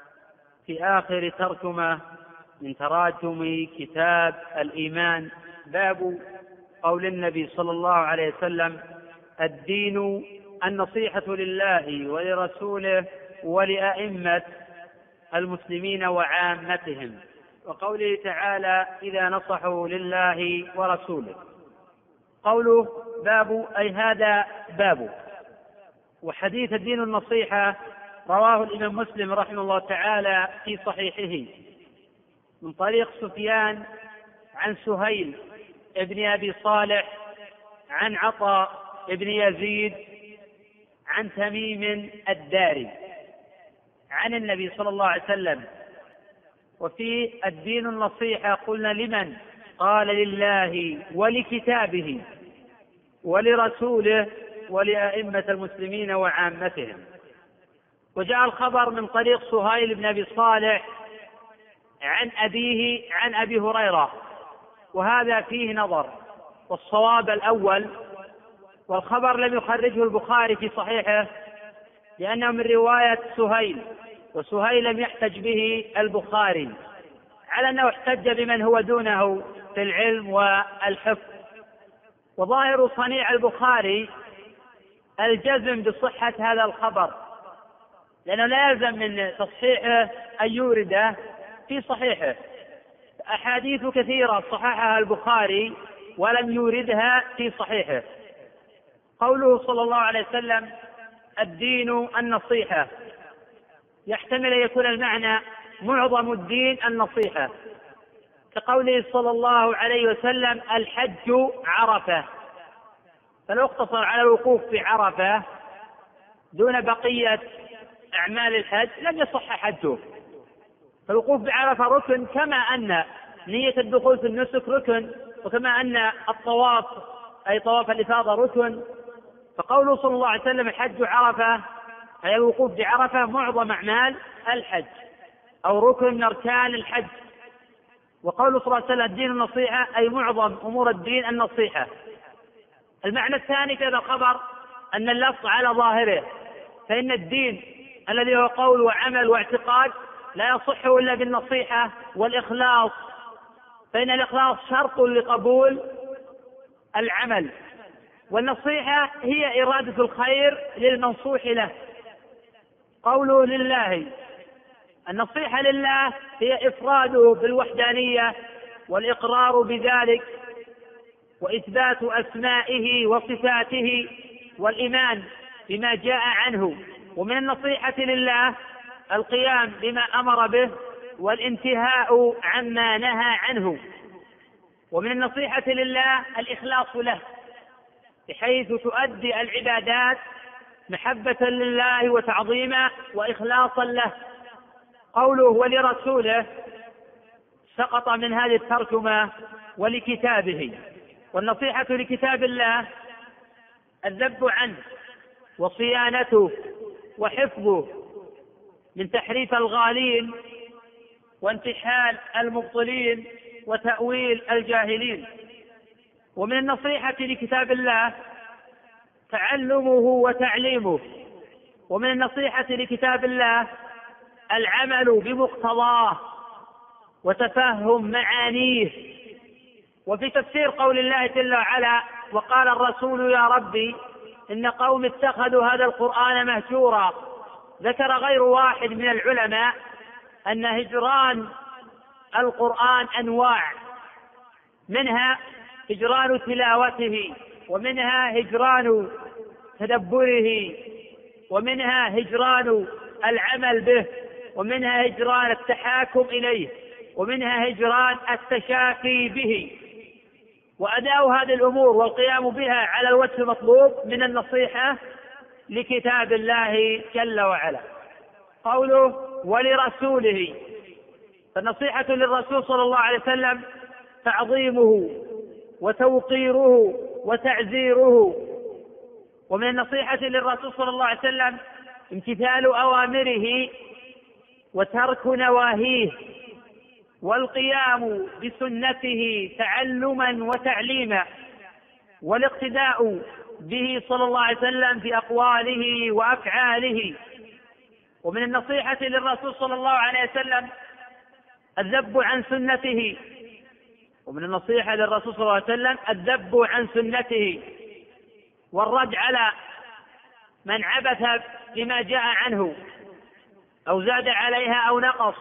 في آخر ترجمة من تراجم كتاب الإيمان: باب قول النبي صلى الله عليه وسلم: الدين النصيحة لله ولرسوله ولأئمة المسلمين وعامتهم. وقوله تعالى: إذا نصحوا لله ورسوله. قوله باب أي هذا باب. وحديث الدين النصيحة رواه الإمام مسلم رحمه الله تعالى في صحيحه من طريق سفيان عن سهيل ابن أبي صالح عن عطاء ابن يزيد عن تميم الداري عن النبي صلى الله عليه وسلم. وفي الدين النصيحة قلنا لمن؟ قال لله ولكتابه ولرسوله ولأئمة المسلمين وعامتهم. وجاء الخبر من طريق سهيل بن أبي صالح عن أبيه عن أبي هريرة، وهذا فيه نظر، والصواب الأول، والخبر لم يخرجه البخاري في صحيحه لأنه من رواية سهيل، وسهيل لم يحتج به البخاري، على أنه احتج بمن هو دونه في العلم والحفظ. وظاهر صنيع البخاري الجزم بصحة هذا الخبر، لأنه لا يلزم من تصحيحه أن يورده في صحيحه. أحاديث كثيرة صححها البخاري ولم يوردها في صحيحه. قوله صلى الله عليه وسلم الدين النصيحة يحتمل أن يكون المعنى معظم الدين النصيحة، كقوله صلى الله عليه وسلم الحج عرفة، فلو اقتصر على الوقوف في عرفة دون بقية أعمال الحج لم يصح حجه. فالوقوف بعرفة ركن، كما أن نية الدخول في النسك ركن، وكما أن الطواف أي طواف الإفاضة ركن. فقوله صلى الله عليه وسلم الحج عرفة أي الوقوف بعرفة معظم أعمال الحج أو ركن من أركان الحج. وقوله صلى الله عليه وسلم الدين النصيحة أي معظم أمور الدين النصيحة. المعنى الثاني في هذا الخبر أن اللفظ على ظاهره، فإن الدين الذي هو قول وعمل واعتقاد لا يصح إلا بالنصيحة والإخلاص، فإن الإخلاص شرط لقبول العمل، والنصيحة هي إرادة الخير للمنصوح له. قوله لله، النصيحة لله هي إفراده بالوحدانية والإقرار بذلك وإثبات أسمائه وصفاته والإيمان بما جاء عنه. ومن النصيحة لله القيام بما أمر به والانتهاء عما نهى عنه. ومن النصيحة لله الإخلاص له، بحيث تؤدي العبادات محبة لله وتعظيما وإخلاصا له. قوله ولرسوله سقط من هذه الترجمة ولكتابه. والنصيحة لكتاب الله الذب عنه وصيانته وحفظه من تحريف الغالين وانتحال المبطلين وتأويل الجاهلين. ومن النصيحة لكتاب الله تعلمه وتعليمه. ومن النصيحة لكتاب الله العمل بمقتضاه وتفهم معانيه. وفي تفسير قول الله جل وعلا وقال الرسول يا ربي إن قوم اتخذوا هذا القرآن مهجورا، ذكر غير واحد من العلماء أن هجران القرآن أنواع، منها هجران تلاوته، ومنها هجران تدبره، ومنها هجران العمل به، ومنها هجران التحاكم إليه، ومنها هجران التشافي به. وأداء هذه الأمور والقيام بها على الوجه المطلوب من النصيحة لكتاب الله جل وعلا. قوله ولرسوله، فالنصيحة للرسول صلى الله عليه وسلم تعظيمه وتوقيره وتعزيره. ومن النصيحة للرسول صلى الله عليه وسلم امتثال أوامره وترك نواهيه، والقيام بسنته تعلما وتعليما، والاقتداء به صلى الله عليه وسلم في أقواله وأفعاله. ومن النصيحة للرسول صلى الله عليه وسلم الذب عن سنته. ومن النصيحة للرسول صلى الله عليه وسلم الذب عن سنته والرد على من عبث بما جاء عنه أو زاد عليها أو نقص.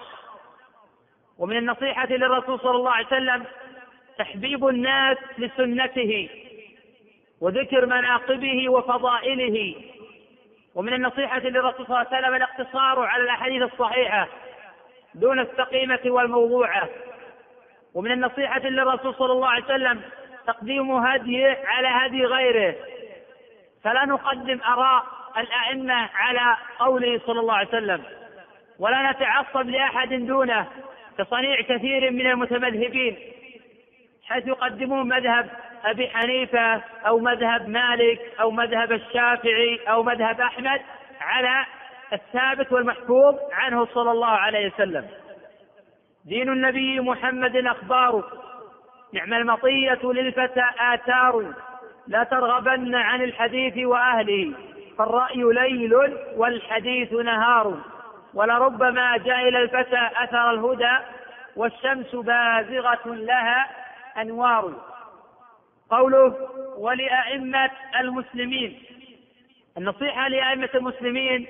ومن النصيحة للرسول صلى الله عليه وسلم تحبيب الناس لسنته وذكر مناقبه وفضائله. ومن النصيحة للرسول صلى الله عليه وسلم الاقتصار على الأحاديث الصحيحة دون السقيمة والموضوعة. ومن النصيحة للرسول صلى الله عليه وسلم تقديم هديه على هدي غيره، فلا نقدم آراء الأئمة على قوله صلى الله عليه وسلم، ولا نتعصب لأحد دونه كصنيع كثير من المتمذهبين، حيث يقدمون مذهب أبي حنيفة أو مذهب مالك أو مذهب الشافعي أو مذهب أحمد على الثابت والمحفوظ عنه صلى الله عليه وسلم. دين النبي محمد أخبار، نعم المطية للفتى آثار، لا ترغبن عن الحديث وأهله، فالرأي ليل والحديث نهار، ولربما جاء إلى الفتى أثر الهدى، والشمس بازغة لها أنوار. قوله ولأئمة المسلمين، النصيحة لأئمة المسلمين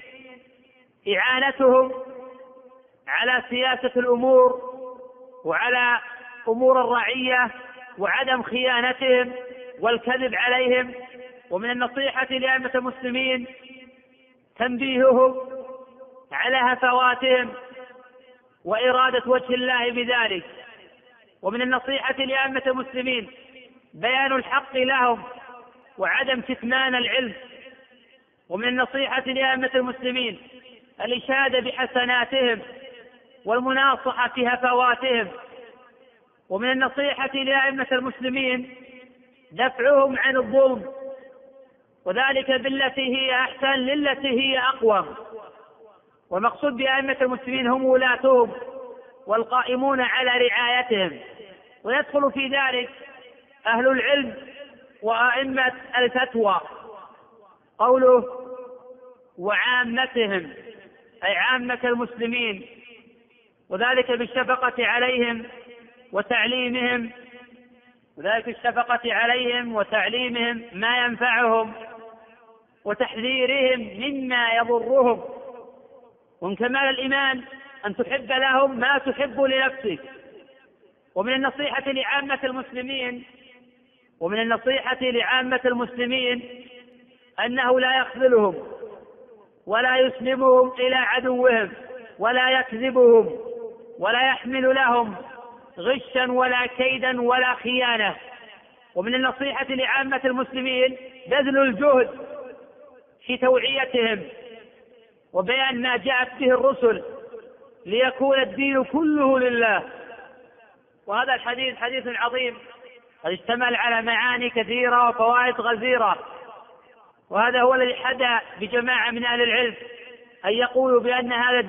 إعانتهم على سياسة الأمور وعلى أمور الرعية وعدم خيانتهم والكذب عليهم. ومن النصيحة لأئمة المسلمين تنبيههم على هفواتهم وإرادة وجه الله بذلك. ومن النصيحة لأئمة المسلمين بيان الحق لهم وعدم كتمان العلم. ومن النصيحة لأئمة المسلمين الإشادة بحسناتهم والمناصحة في هفواتهم. ومن النصيحة لأئمة المسلمين دفعهم عن الظلم، وذلك بالتي هي أحسن للتي هي أقوى. والمقصود بأئمة المسلمين هم ولاتهم والقائمون على رعايتهم، ويدخل في ذلك أهل العلم وأئمة الفتوى. قوله وعامتهم أي عامة المسلمين، وذلك بالشفقة عليهم وتعليمهم، وذلك الشفقة عليهم وتعليمهم ما ينفعهم وتحذيرهم مما يضرهم. ومن كمال الإيمان أن تحب لهم ما تحب لنفسك. ومن النصيحة لعامة المسلمين أنه لا يخذلهم ولا يسلمهم إلى عدوهم ولا يكذبهم ولا يحمل لهم غشا ولا كيدا ولا خيانة. ومن النصيحة لعامة المسلمين بذل الجهد في توعيتهم وبيان ما جاءت به الرسل ليكون الدين كله لله. وهذا الحديث حديث عظيم قد اشتمل على معاني كثيرة وفوائد غزيرة، وهذا هو الذي حدا بجماعة من أهل العلم أن يقولوا بأن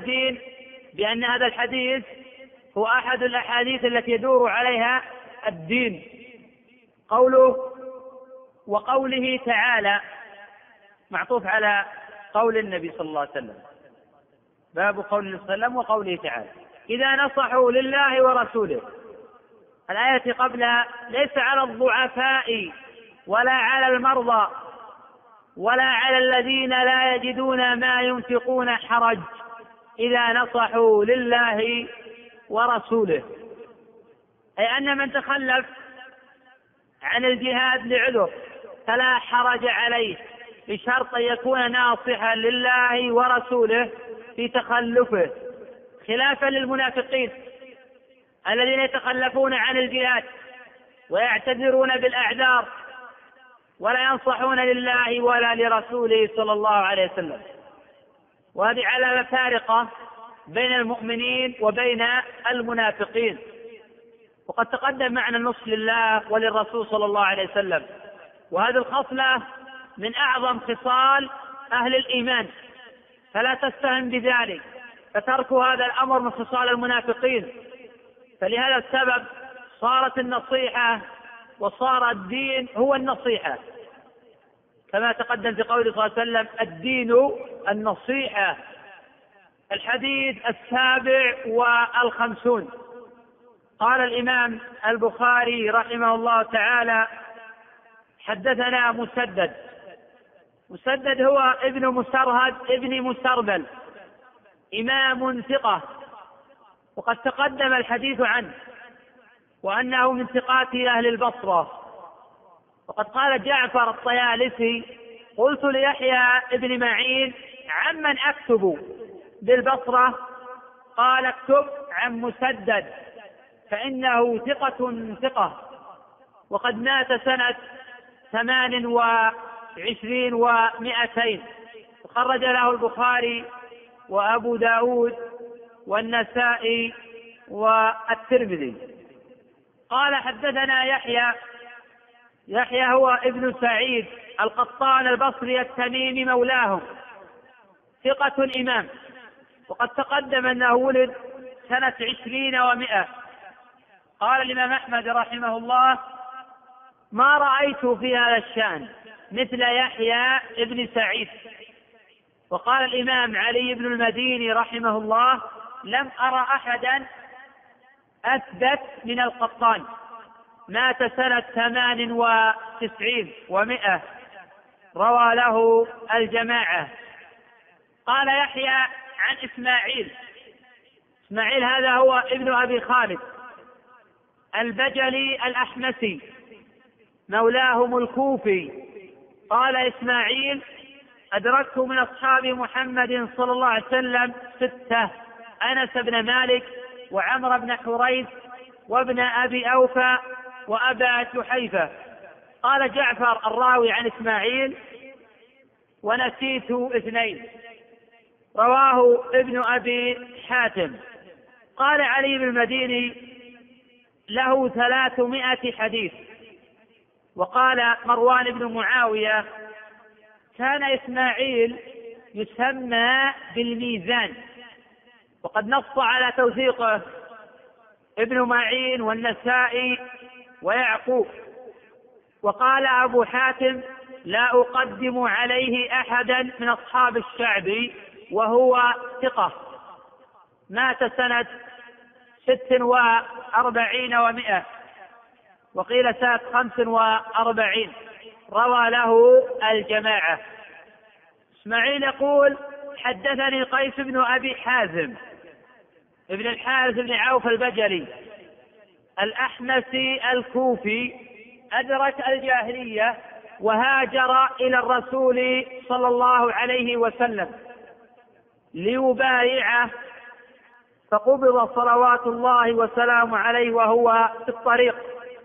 هذا الحديث هو أحد الأحاديث التي يدور عليها الدين. قوله وقوله تعالى معطوف على قول النبي صلى الله عليه وسلم، باب قول النبي صلى الله عليه وسلم وقوله تعالى إذا نصحوا لله ورسوله. الآية قبلها ليس على الضعفاء ولا على المرضى ولا على الذين لا يجدون ما ينفقون حرج إذا نصحوا لله ورسوله، أي أن من تخلف عن الجهاد لعذر فلا حرج عليه بشرط أن يكون ناصحا لله ورسوله في تخلفه، خلافا للمنافقين الذين يتخلفون عن الجهاد ويعتذرون بالأعذار ولا ينصحون لله ولا لرسوله صلى الله عليه وسلم. وهذه علامة فارقة بين المؤمنين وبين المنافقين. وقد تقدم معنى النصح لله وللرسول صلى الله عليه وسلم، وهذه الخصلة من أعظم خصال أهل الإيمان، فلا تستهن بذلك، فترك هذا الأمر من خصال المنافقين. فلهذا السبب صارت النصيحة وصار الدين هو النصيحة، كما تقدم في قوله صلى الله عليه وسلم الدين النصيحة. الحديث 57. قال الإمام البخاري رحمه الله تعالى حدثنا مسدد هو ابن مسرهد ابن مسربل، إمام ثقة، وقد تقدم الحديث عنه وأنه من ثقات أهل البصرة. وقد قال جعفر الطيالسي قلت ليحيى ابن معين عمن أكتب بالبصرة؟ قال اكتب عن مسدد فإنه ثقة، وقد مات سنة 28 و200، خرج له البخاري وأبو داود والنسائي والترمذي. قال حدثنا يحيى هو ابن سعيد القطان البصري التميمي مولاهم، ثقة إمام، وقد تقدم أنه ولد سنة 20 و100. قال الإمام أحمد رحمه الله: ما رأيت في هذا الشأن مثل يحيى ابن سعيد. وقال الإمام علي بن المديني رحمه الله: لم أرى أحدا أثبت من القطان. مات سنة 98 و100، روى له الجماعة. قال يحيى عن إسماعيل هذا هو ابن أبي خالد البجلي الأحمسي مولاهم الكوفي. قال إسماعيل: أدركت من أصحاب محمد صلى الله عليه وسلم 6: أنس بن مالك، وعمر بن حريث، وابن أبي أوفى، وأبا جحيفة. قال جعفر الراوي عن إسماعيل: ونسيت 2. رواه ابن أبي حاتم. قال علي بن المديني: له 300 حديث. وقال مروان بن معاوية: كان إسماعيل يسمى بالميزان، وقد نص على توثيقه ابن معين والنسائي ويعقوب. وقال أبو حاتم: لا أقدم عليه أحدا من أصحاب الشعبي، وهو ثقة. مات سنة 46 و100، وقيل سنة 45. روى له الجماعة. إسماعيل يقول: حدثني قيس بن أبي حازم ابن الحارث بن عوف البجلي الأحمسي الكوفي، أدرك الجاهلية وهاجر إلى الرسول صلى الله عليه وسلم ليبايعه، فقبض صلوات الله وسلامه عليه وهو في الطريق.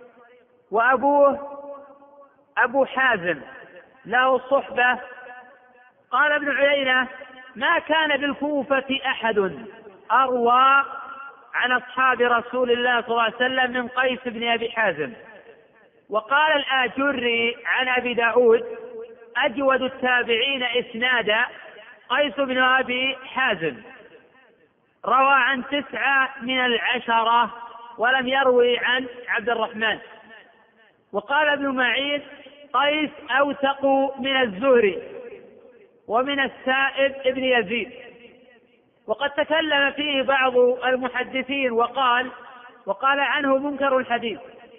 وأبوه أبو حازم له صحبة. قال ابن عيينة: ما كان بالكوفة أحد أروى عن أصحاب رسول الله صلى الله عليه وسلم من قيس بن أبي حازم. وقال الآجري عن أبي داود: أجود التابعين إسنادا قيس بن أبي حازم، روى عن 9 من 10، ولم يروي عن عبد الرحمن. وقال ابن معين: قيس أوثق من الزهري ومن السائب ابن يزيد. وقد تكلم فيه بعض المحدثين وقال عنه منكر الحديث،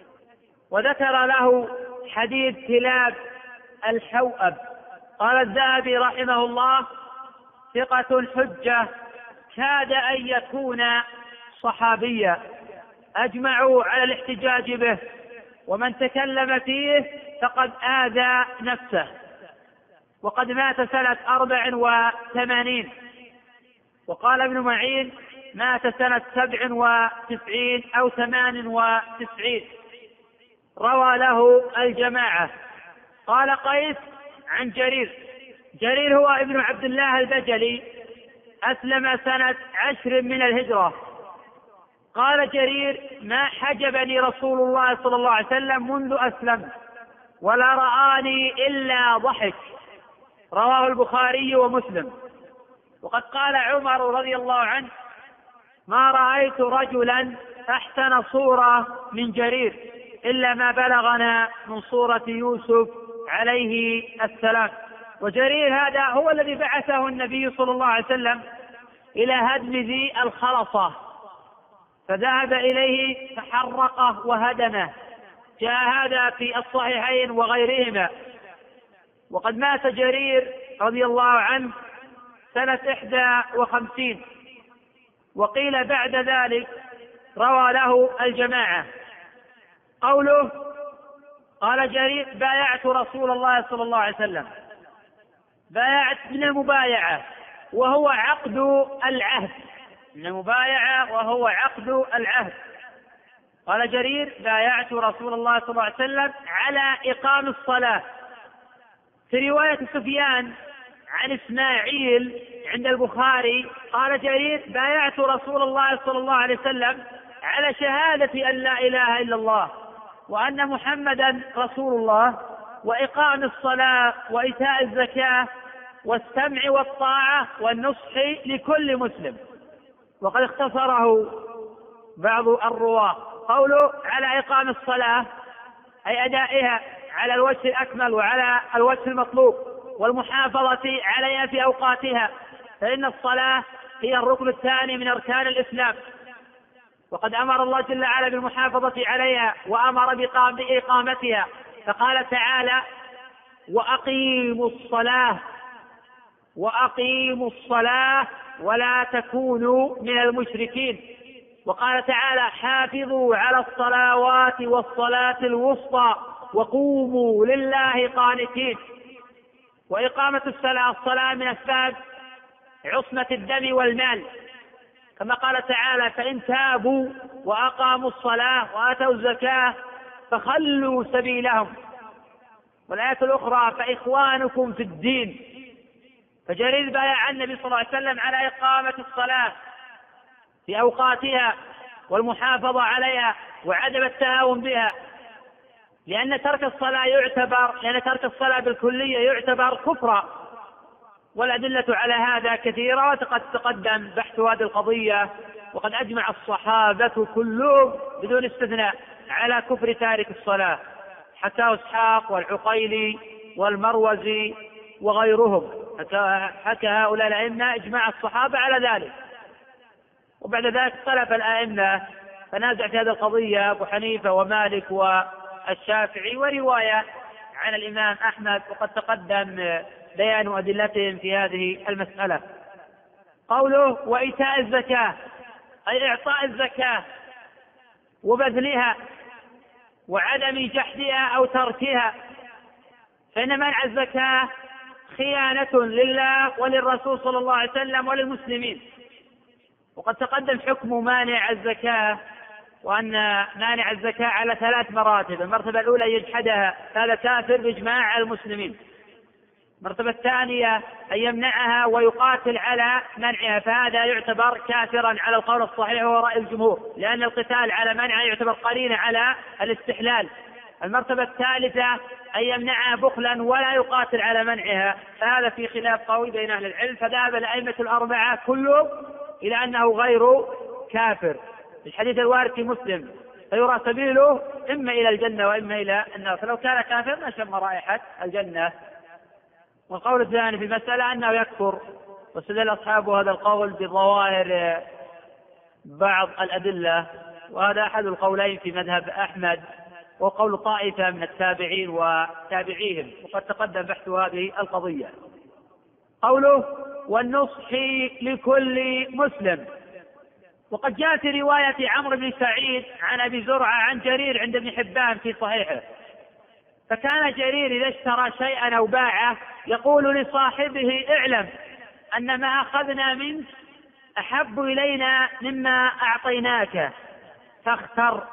وذكر له حديث كلاب الحوأب. قال الذهبي رحمه الله: ثقة حجة، كاد أن يكون صحابيا، أجمعوا على الاحتجاج به، ومن تكلم فيه فقد آذى نفسه. وقد مات سنة 84. وقال ابن معين: مات سنة 97 أو 98. روى له الجماعة. قال قيس عن جرير هو ابن عبد الله البجلي، أسلم سنة 10 من الهجرة. قال جرير: ما حجبني رسول الله صلى الله عليه وسلم منذ أسلم، ولا رآني إلا ضحك. رواه البخاري ومسلم. وقد قال عمر رضي الله عنه: ما رأيت رجلا أحسن صورة من جرير إلا ما بلغنا من صورة يوسف عليه السلام. وجرير هذا هو الذي بعثه النبي صلى الله عليه وسلم إلى هدم ذي الخلصة، فذهب إليه فحرقه وهدمه. جاء هذا في الصحيحين وغيرهما. وقد مات جرير رضي الله عنه سنة 51، وقيل بعد ذلك. روى له الجماعة. قوله: قال جرير: بايعت رسول الله صلى الله عليه وسلم. بايعت من المبايعة وهو عقد العهد، من المبايعة وهو عقد العهد. قال جرير: بايعت رسول الله صلى الله عليه وسلم على إقام الصلاة. في رواية سفيان عن إسماعيل عند البخاري قال جرير: بايعت رسول الله صلى الله عليه وسلم على شهادة أن لا إله إلا الله وأن محمدا رسول الله وإقام الصلاة وإيتاء الزكاة والسمع والطاعة والنصح لكل مسلم. وقد اختصره بعض الرواة. قوله على إقام الصلاة أي أدائها على الوجه الأكمل وعلى الوجه المطلوب، والمحافظة عليها في أوقاتها، فإن الصلاة هي الركن الثاني من أركان الإسلام، وقد أمر الله جل وعلا بالمحافظة عليها وأمر بإقامتها، فقال تعالى: وأقيموا الصلاة ولا تكونوا من المشركين. وقال تعالى: حافظوا على الصلوات والصلاة الوسطى وقوموا لله قانتين. وإقامة الصلاة من أسباب عصمة الدم والمال، كما قال تعالى: فإن تابوا وأقاموا الصلاة وآتوا الزكاة فخلوا سبيلهم. والآية الأخرى: فإخوانكم في الدين. فجرير بايع النبي صلى الله عليه وسلم على إقامة الصلاة في أوقاتها والمحافظة عليها وعدم التهاون بها، لأن ترك الصلاة بالكلية يعتبر كفرا، والأدلة على هذا كثيرة وقد تقدم بحث هذه القضية. وقد أجمع الصحابة كلهم بدون استثناء على كفر تارك الصلاة، حكاه إسحاق والعقيلي والمروزي وغيرهم، حكى هؤلاء الأئمة إجماع الصحابة على ذلك. وبعد ذلك اختلف الأئمة فنازع في هذه القضية أبو حنيفة ومالك والشافعي، ورواية عن الإمام أحمد، وقد تقدم بيان أدلتهم في هذه المسألة. قوله وإيتاء الزكاة أي إعطاء الزكاة وبذلها وعدم جحدها أو تركها، فإن منع الزكاة خيانة لله وللرسول صلى الله عليه وسلم وللمسلمين. وقد تقدم حكم مانع الزكاة، وأن مانع الزكاة على 3 مراتب. المرتبة الأولى يجحدها، هذا كافر بإجماع المسلمين. المرتبة الثانية أن يمنعها ويقاتل على منعها، فهذا يعتبر كافرا على القول الصحيح وهو رأي الجمهور، لأن القتال على منعها يعتبر قرينة على الاستحلال. المرتبة الثالثة أن يمنعها بخلا ولا يقاتل على منعها، فهذا في خلاف قوي بين أهل العلم، فذهب الأئمة الأربعة كلهم إلى أنه غير كافر. الحديث الوارد في مسلم: فيرى سبيله إما إلى الجنة وإما إلى النار، فلو كان كافر ما شم رائحة الجنة. والقول الثاني في المسألة أنه يكفر، واستدل أصحاب هذا القول بظواهر بعض الأدلة، وهذا أحد القولين في مذهب أحمد، وقول طائفة من التابعين وتابعيهم، وقد تقدم بحث هذه القضية. قوله والنصح لكل مسلم. وقد جاء في رواية عمرو بن سعيد عن أبي زرعة عن جرير عند ابن حبان في صحيحه: فكان جرير إذا اشترى شيئا أو باعه يقول لصاحبه: اعلم أن ما أخذنا منك أحب إلينا مما أعطيناك فاختر.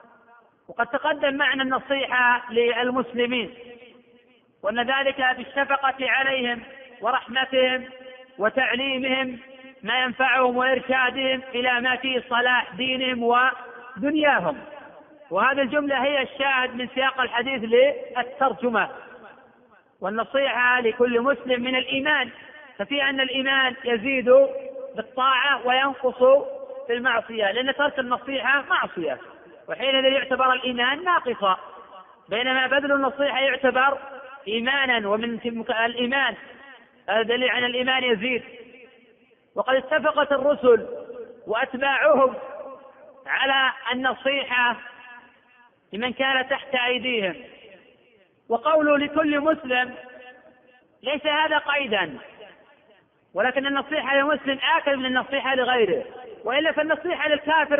وقد تقدم معنى النصيحة للمسلمين، وأن ذلك بالشفقة عليهم ورحمتهم وتعليمهم ما ينفعهم وإرشادهم إلى ما فيه صلاح دينهم ودنياهم. وهذه الجملة هي الشاهد من سياق الحديث للترجمة. والنصيحة لكل مسلم من الإيمان، ففي أن الإيمان يزيد بالطاعة وينقص في المعصية، لأن ترك النصيحة معصية، وحينئذ يعتبر الإيمان ناقصا، بينما بذل النصيحة يعتبر إيمانا، ومن الإيمان هذا دليل على الإيمان يزيد. وقد اتفقت الرسل وأتباعهم على النصيحة لمن كان تحت أيديهم. وقوله لكل مسلم ليس هذا قيدا، ولكن النصيحة للمسلم آكد من النصيحة لغيره، وإلا فالنصيحة للكافر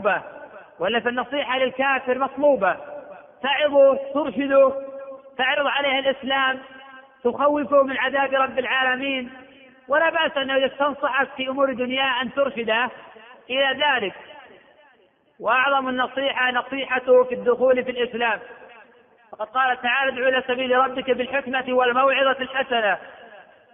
مطلوبة، تعظه ترشده، تعرض عليه الإسلام، تخوفه من عذاب رب العالمين، ولا بأس أنه إذا تنصحك في أمور دنيا أن ترشده إلى ذلك. وأعظم النصيحة نصيحته في الدخول في الإسلام، فقد قال تعالى: ادعو إلى سبيل ربك بالحكمة والموعظة الحسنة.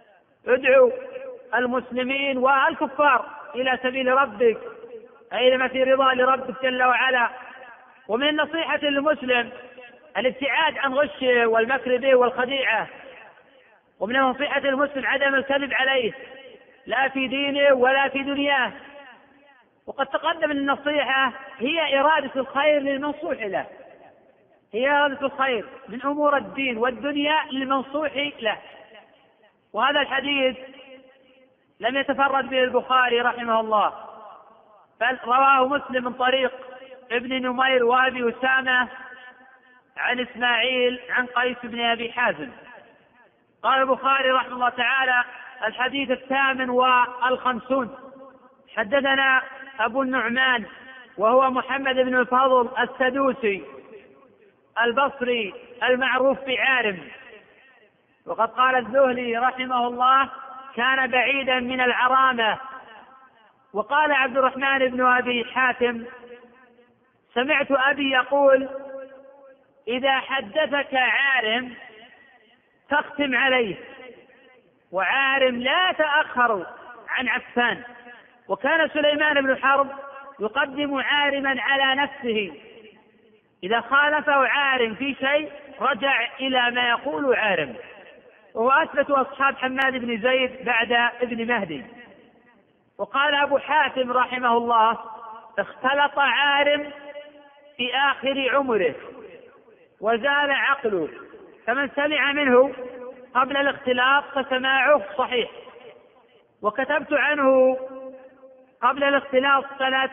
ادعو المسلمين والكفار إلى سبيل ربك، أي لما في رضا لربك جل وعلا. ومن النصيحة للمسلم الابتعاد عن غش والمكر به والخديعة، ومن نصيحة المسلم عدم الكذب عليه لا في دينه ولا في دنياه. وقد تقدم النصيحة هي إرادة الخير للمنصوح له، هي إرادة الخير من أمور الدين والدنيا للمنصوح له. وهذا الحديث لم يتفرد به البخاري رحمه الله، بل رواه مسلم من طريق ابن نمير وابي أسامة عن إسماعيل عن قيس بن أبي حازم. قال البخاري رحمه الله تعالى: الحديث 58. حدثنا أبو النعمان وهو محمد بن الفضل السدوسي البصري المعروف بعارم. وقد قال الذهلي رحمه الله: كان بعيدا من العرامة. وقال عبد الرحمن بن أبي حاتم: سمعت أبي يقول: إذا حدثك عارم فاختم عليه، وعارم لا تأخر عن عفان. وكان سليمان بن حرب يقدم عارما على نفسه، إذا خالفه عارم في شيء رجع إلى ما يقول عارم. وهو أثبت أصحاب حماد بن زيد بعد ابن مهدي. وقال أبو حاتم رحمه الله: اختلط عارم في آخر عمره وزال عقله، فمن سمع منه قبل الاختلاط فسماعه صحيح. وكتبت عنه قبل الاختلاط سنة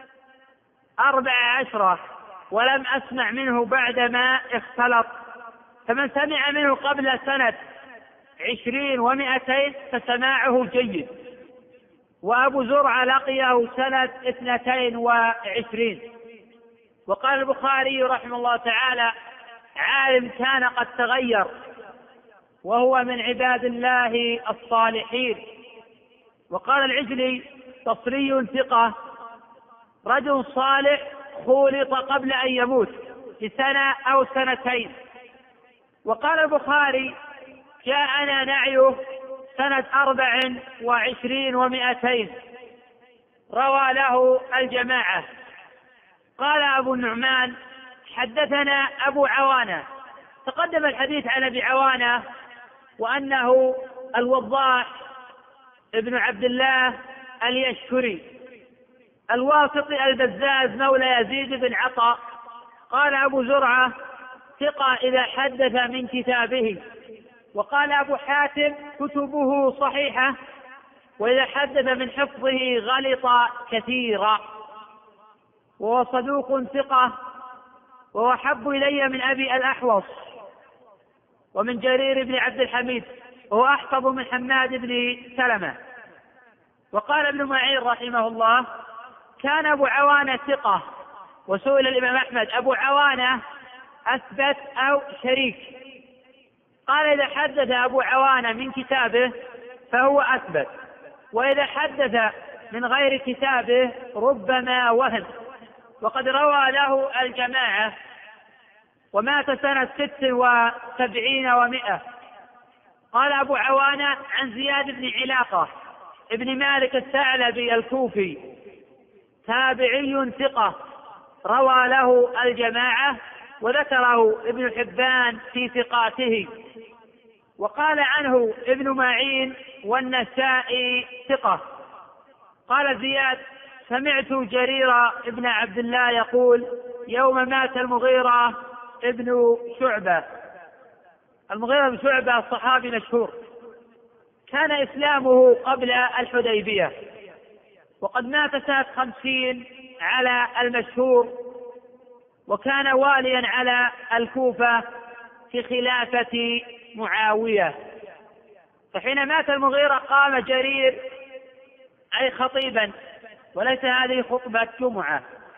14 ولم أسمع منه بعدما اختلط، فمن سمع منه قبل سنة 20 و200 فسماعه جيد. وأبو زرعة لقيه سنة 22. وقال البخاري رحمه الله تعالى: عالم كان قد تغير وهو من عباد الله الصالحين. وقال العجلي: بصري ثقة، رجل صالح خولط قبل أن يموت بسنة أو سنتين. وقال البخاري: جاءنا نعيه سنة 24 و200، روى له الجماعة. قال أبو النعمان: حدثنا أبو عوانة. تقدم الحديث عن أبي عوانة وأنه الوضاح ابن عبد الله اليشكري الواسطي البزاز مولى يزيد بن عطاء. قال أبو زرعة: ثقة إذا حدث من كتابه. وقال أبو حاتم: كتبه صحيحة، وإذا حدث من حفظه غلط كثيرا، وهو صدوق ثقة، وهو أحب إلي من أبي الأحوص ومن جرير بن عبد الحميد، وهو أحفظ من حماد بن سلمة. وقال ابن معين رحمه الله: كان أبو عوانة ثقة. وسئل الإمام أحمد: أبو عوانة أثبت أو شريك؟ قال: إذا حدث أبو عوانة من كتابه فهو أثبت، وإذا حدث من غير كتابه ربما وهم. وقد روى له الجماعة، ومات سنة 76 و100. قال أبو عوانة عن زياد بن علاقة ابن مالك الثعلبي الكوفي: تابعي ثقة، روى له الجماعة، وذكره ابن حبان في ثقاته. وقال عنه ابن معين والنسائي ثقة. قال زياد: سمعت جرير ابن عبد الله يقول: يوم مات المغيرة ابن شعبة. المغيرة بن شعبة الصحابي مشهور، كان إسلامه قبل الحديبية، وقد مات سنة 50 على المشهور، وكان واليا على الكوفة في خلافة معاوية. فحين مات المغيرة قام جرير أي خطيبا، وليس هذه خطبة جمعة،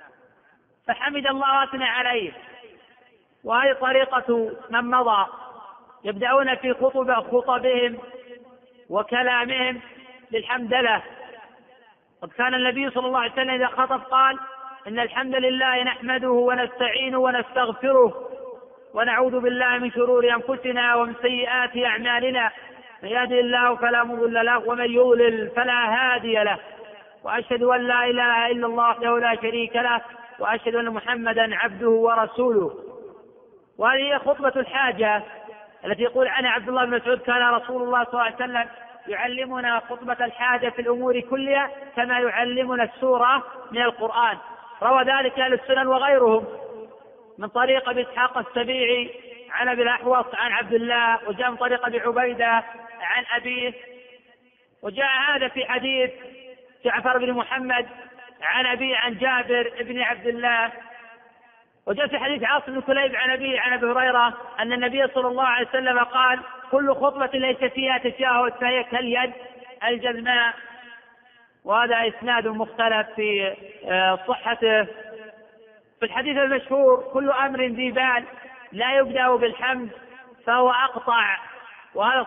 فحمد الله وأثنى عليه. وهذه طريقة من مضى، يبدأون في خطبهم وكلامهم بالحمدلله. قد كان النبي صلى الله عليه وسلم إذا خطب قال: إن الحمد لله نحمده ونستعينه ونستغفره ونعوذ بالله من شرور أنفسنا ومن سيئات أعمالنا، من يهده الله فلا مضل له ومن يضلل فلا هادي له، وأشهد أن لا إله إلا الله وحده لا شريك له، وأشهد أن محمدا عبده ورسوله. وهذه هي خطبة الحاجة التي يقول عنها عبد الله بن مسعود: كان رسول الله صلى الله عليه وسلم يعلمنا خطبة الحاجة في الأمور كلها كما يعلمنا السورة من القرآن. روى ذلك أهل السنن وغيرهم من طريق أبي إسحاق السبيعي عن أبي الأحوص عن عبد الله، وجاء من طريق أبي عبيدة عن أبيه، وجاء هذا في حديث جعفر بن محمد عن أبيه عن جابر بن عبد الله، وجاء في حديث عاصم بن كليب عن أبيه عن أبي هريرة أن النبي صلى الله عليه وسلم قال: كل خطبة ليس فيها تشهد فهي كاليد الجذماء. وهذا إسناد مختلف في صحته. في الحديث المشهور: كل أمر ذي بال لا يبدأ بالحمد فهو أقطع، وهذا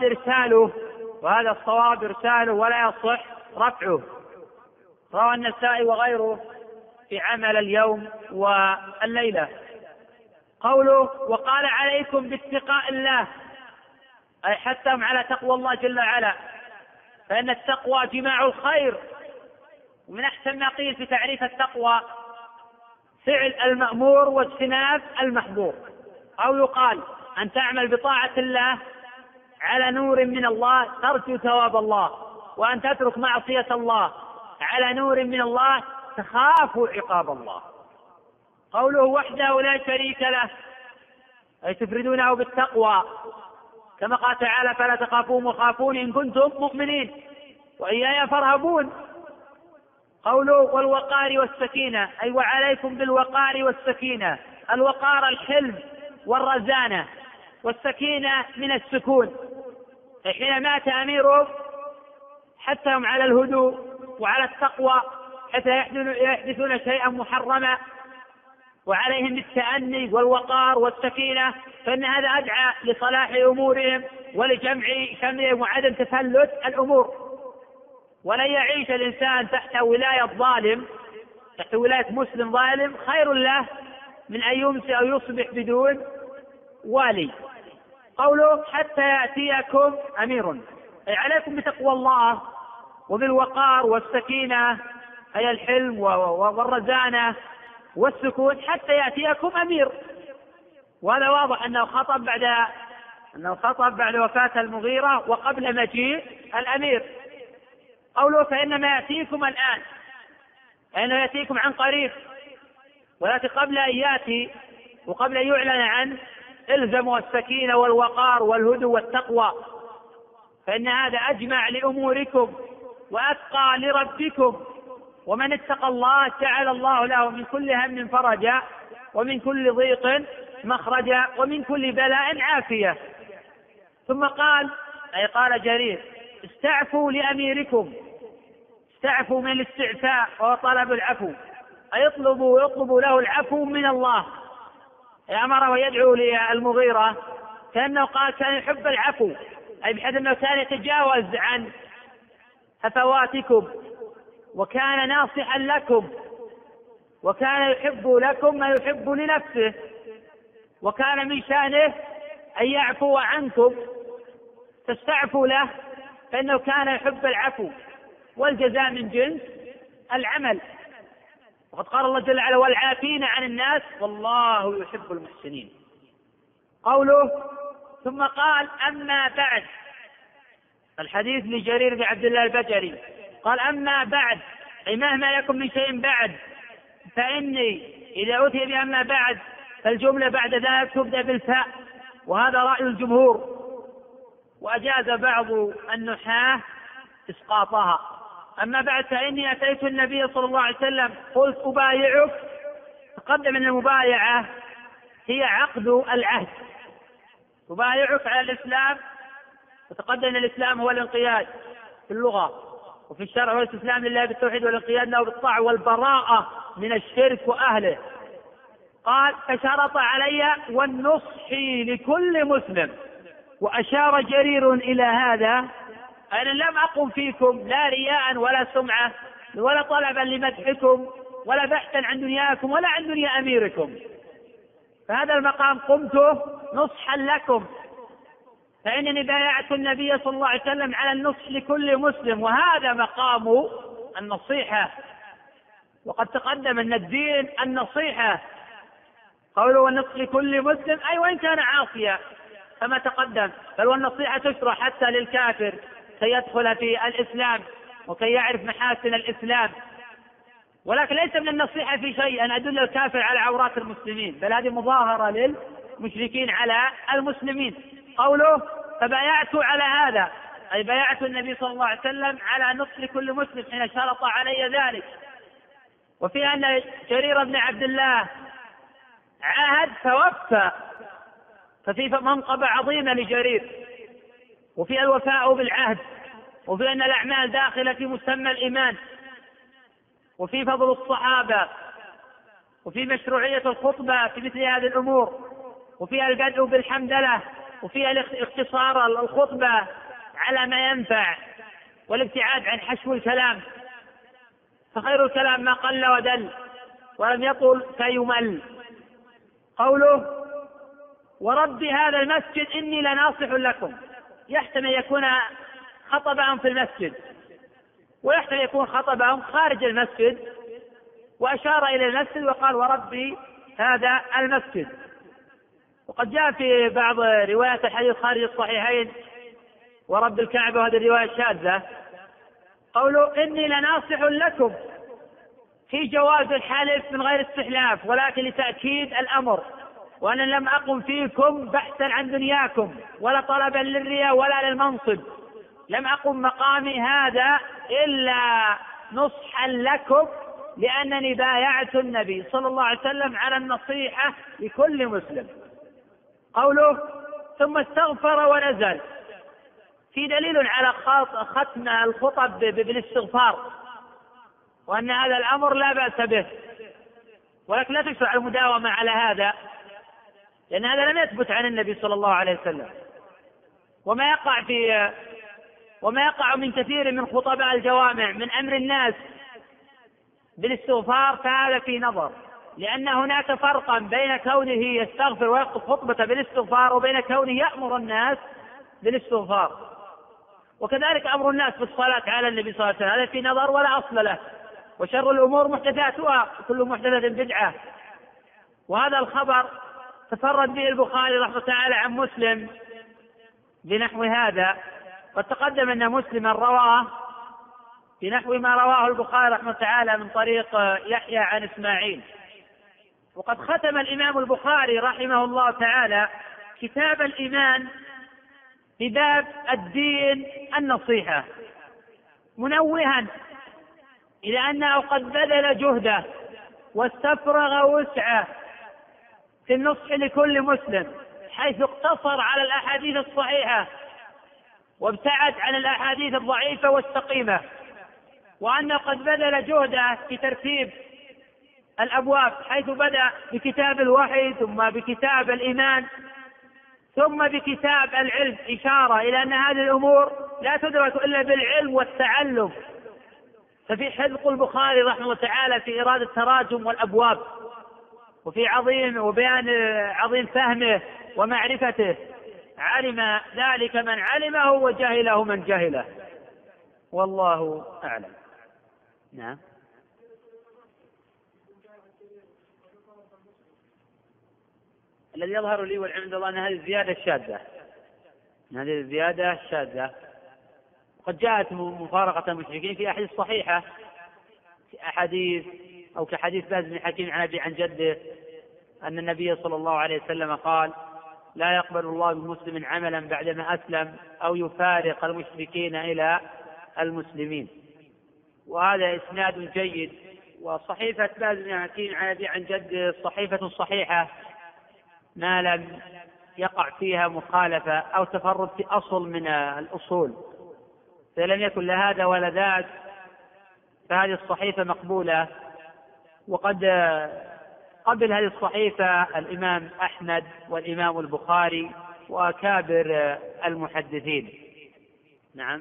الصواب إرساله ولا يصح رفعه. روى النسائي وغيره في عمل اليوم والليلة. قوله: وقال عليكم باتقاء الله، أي حثهم على تقوى الله جل وعلا، فإن التقوى جماع الخير. ومن أحسن ما قيل في تعريف التقوى فعل المأمور واجتناب المحظور، أو يقال أن تعمل بطاعة الله على نور من الله ترجو ثواب الله، وأن تترك معصية الله على نور من الله تخاف عقاب الله. قوله: وحده لا شريك له، أي تفردونه بالتقوى، كما قال تعالى: فلا تخافون وخافون إن كنتم مؤمنين وإياي فارهبون. قوله: والوقار والسكينة، أي وعليكم بالوقار والسكينة. الوقار الحلم والرزانة، والسكينة من السكون. حين مات أميره حثهم على الهدوء وعلى التقوى حتى يحدثون شيئا محرما، وعليهم بالتأني والوقار والسكينة، فإن هذا أدعى لصلاح أمورهم ولجمع شملهم وعدم تفلت الأمور. ولن يعيش الإنسان تحت ولاية ظالم، تحت ولاية مسلم ظالم، خير له من أن يمسي أو يصبح بدون والي. قوله: حتى يأتيكم أمير، أي عليكم بتقوى الله وبالوقار والسكينة، أي الحلم والرزانة والسكون، حتى يأتيكم أمير. وهذا واضح أنه خطب بعد وفاة المغيرة وقبل مجيء الأمير. قوله: فإنما يأتيكم الآن، لأنه يأتيكم عن قريب، ولكن قبل أن يأتي وقبل أن يعلن عن الزموا السكينة والوقار والهدوء والتقوى، فإن هذا أجمع لأموركم وأتقى لربكم. ومن اتقى الله جعل الله له من كل هم فرجا، ومن كل ضيق مخرجا، ومن كل بلاء عافية. ثم قال، أي قال جرير: استعفوا لأميركم. استعفوا من الاستعفاء وهو طلب العفو، أي يطلبوا له العفو من الله. أمر ويدعو للمغيرة كأنه قال كان يحب العفو، أي بحيث أنه كان يتجاوز عن هفواتكم، وكان ناصحا لكم، وكان يحب لكم ما يحب لنفسه، وكان من شأنه أن يعفو عنكم فاستعفوا له، فإنه كان يحب العفو، والجزاء من جنس العمل. وقد قال الله جل وعلا: والعافين عن الناس والله يحب المحسنين. قوله: ثم قال: أما بعد. الحديث لجرير بن عبد الله البجلي قال: أما بعد، أي مهما يكن من شيء بعد، فإني إذا أتي بأما بعد فالجملة بعد ذلك تبدأ بالفاء، وهذا رأي الجمهور، وأجاز بعض النحاة إسقاطها. أما بعد، فإني أتيت النبي صلى الله عليه وسلم قلت أبايعك. تقدم أن المبايعة هي عقد العهد، أبايعك على الإسلام، وتقدم أن الإسلام هو الانقياد في اللغة، وفي الشرع هو الاستسلام لله بالتوحيد والانقياد له بالطاعة والبراءة من الشرك وأهله. قال: فشرط علي والنصح لكل مسلم. وأشار جرير إلى هذا أنا لم أقم فيكم لا رياء ولا سمعة ولا طلبا لمدحكم ولا بحثا عن دنياكم ولا عن دنيا أميركم، فهذا المقام قمته نصحا لكم، فإنني بايعت النبي صلى الله عليه وسلم على النصح لكل مسلم، وهذا مقام النصيحة. وقد تقدم أن الدين النصيحة، قوله والنصح لكل مسلم أي وإن كان عاصيا كما تقدم، بل والنصيحة تشرع حتى للكافر كي يدخل في الإسلام وكي يعرف محاسن الإسلام. ولكن ليس من النصيحة في شيء أن أدل الكافر على عورات المسلمين، بل هذه مظاهرة للمشركين على المسلمين. قوله فبايعت على هذا أي بايعت النبي صلى الله عليه وسلم على نصح لكل مسلم حين شرط علي ذلك. وفي أن جرير بن عبد الله عاهد فوفى، ففي منقبة عظيمة لجرير، وفي الوفاء بالعهد، وفي أن الأعمال داخلة في مسمى الإيمان، وفي فضل الصحابة، وفي مشروعية الخطبة في مثل هذه الأمور، وفي البدء بالحمدلة، وفي اختصار الخطبة على ما ينفع، والابتعاد عن حشو الكلام، فخير الكلام ما قل ودل ولم يطل فيمل. قوله ورب هذا المسجد إني لناصح لكم، يحتمل يكون خطبهم في المسجد، ويحتمل يكون خطبهم خارج المسجد، وأشار إلى المسجد وقال وربي هذا المسجد. وقد جاء في بعض روايات الحديث خارج الصحيحين ورب الكعبة، وهذه الرواية شاذة، قوله إني لناصح لكم في جواز الحلف من غير استحلاف، ولكن لتأكيد الأمر، وأنا لم أقم فيكم بحثا عن دنياكم ولا طلبا للرياء ولا للمنصب، لم أقم مقامي هذا إلا نصحا لكم، لأنني بايعت النبي صلى الله عليه وسلم على النصيحة لكل مسلم. قوله ثم استغفر ونزل، في دليل على ختم الخطب بالاستغفار، وأن هذا الأمر لا بأس به، ولكن لا تشرع المداومة على هذا، لأن هذا لم يثبت عن النبي صلى الله عليه وسلم. وما يقع من كثير من خطباء الجوامع من أمر الناس بالاستغفار فهذا في نظر، لأن هناك فرقا بين كونه يستغفر ويخطب خطبة بالاستغفار وبين كونه يأمر الناس بالاستغفار. وكذلك أمر الناس بالصلاة على النبي صلى الله عليه وسلم هذا في نظر ولا أصل له. وشر الأمور محدثاتها، كل محدثة بدعة. وهذا الخبر تفرد به البخاري رحمه الله تعالى عن مسلم بنحو هذا، قد تقدم أن مسلما رواه بنحو ما رواه البخاري رحمه الله تعالى من طريق يحيى عن إسماعيل. وقد ختم الإمام البخاري رحمه الله تعالى كتاب الإيمان بباب الدين النصيحة، منوها إلى أنه قد بذل جهده واستفرغ وسعه في النصح لكل مسلم، حيث اقتصر على الأحاديث الصحيحة وابتعد عن الأحاديث الضعيفة والسقيمة، وأنه قد بذل جهده في ترتيب الأبواب، حيث بدأ بكتاب الوحي ثم بكتاب الإيمان ثم بكتاب العلم، إشارة إلى أن هذه الأمور لا تدرك إلا بالعلم والتعلم. ففي حذق البخاري رحمه الله تعالى في إرادة التراجم والأبواب، وفي وبيان عظيم فهمه ومعرفته، علم ذلك من علمه وجهله من جهله، والله أعلم. نعم. الذي يظهر لي والعلم عند الله أن هذه الزيادة شاذة، قد جاءت مفارقة المشركين في أحاديث صحيحة، في أحاديث أو كحديث باز بن حكيم عن أبي عن جده أن النبي صلى الله عليه وسلم قال: لا يقبل الله بمسلم عملا بعدما أسلم أو يفارق المشركين إلى المسلمين. وهذا إسناد جيد. وصحيفة باز بن حكيم عن أبي عن جده صحيفة صحيحة ما لم يقع فيها مخالفة أو تفرد في أصل من الأصول، فلم يكن لا هذا ولا ذاك، فهذه الصحيفة مقبولة. وقد قبل هذه الصحيفة الإمام أحمد والإمام البخاري وأكابر المحدثين. نعم.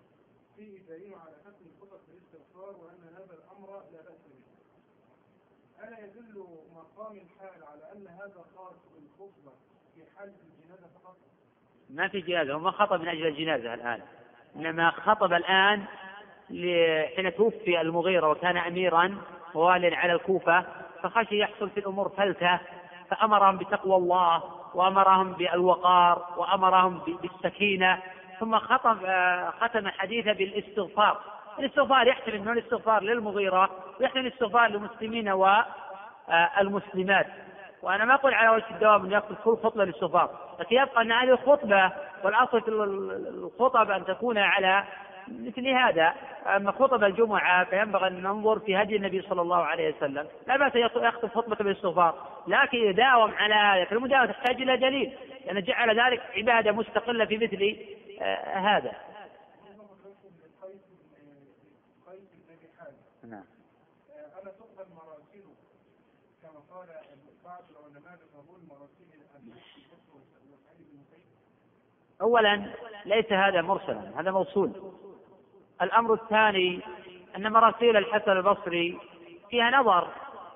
فيه دليل على حسن الخطط بالاستغفار وأن هذا الأمر لا بأس به. ألا يدل مقام الحال على أن هذا خاص بالخطبة في حال الجنازة فقط؟ ما في جنازة، هو ما خطب من أجل الجنازة الآن، إنما خطب الآن حين توفي المغيرة وكان أميرا واليا على الكوفة، فخشي يحصل في الأمور فلتة، فأمرهم بتقوى الله وأمرهم بالوقار وأمرهم بالسكينة، ثم ختم حديثه بالاستغفار. الاستغفار يحتمل أنه الاستغفار للمغيرة ويحتمل الاستغفار للمسلمين والمسلمات. وأنا ما أقول على وجه الدوام أن يأخذ كل خطبة للاستغفار، لكن يبقى أن هذه الخطبة، والأصل في الخطب أن تكون على مثل هذا. أما خطب الجمعة فينبغي أن ننظر في هدي النبي صلى الله عليه وسلم، لا بأس يخطب خطبة بالاستغفار، لكن يداوم على هذا، فالمداومة تحتاج إلى دليل، لأن جعل ذلك عبادة مستقلة في مثل هذا. نعم. ألا تقبل مراسله كما قال بعض العلماء بقبول مراسيل أولا ليس هذا مرسلا، هذا موصول. الأمر الثاني أن مراسيل الحسن البصري فيها نظر،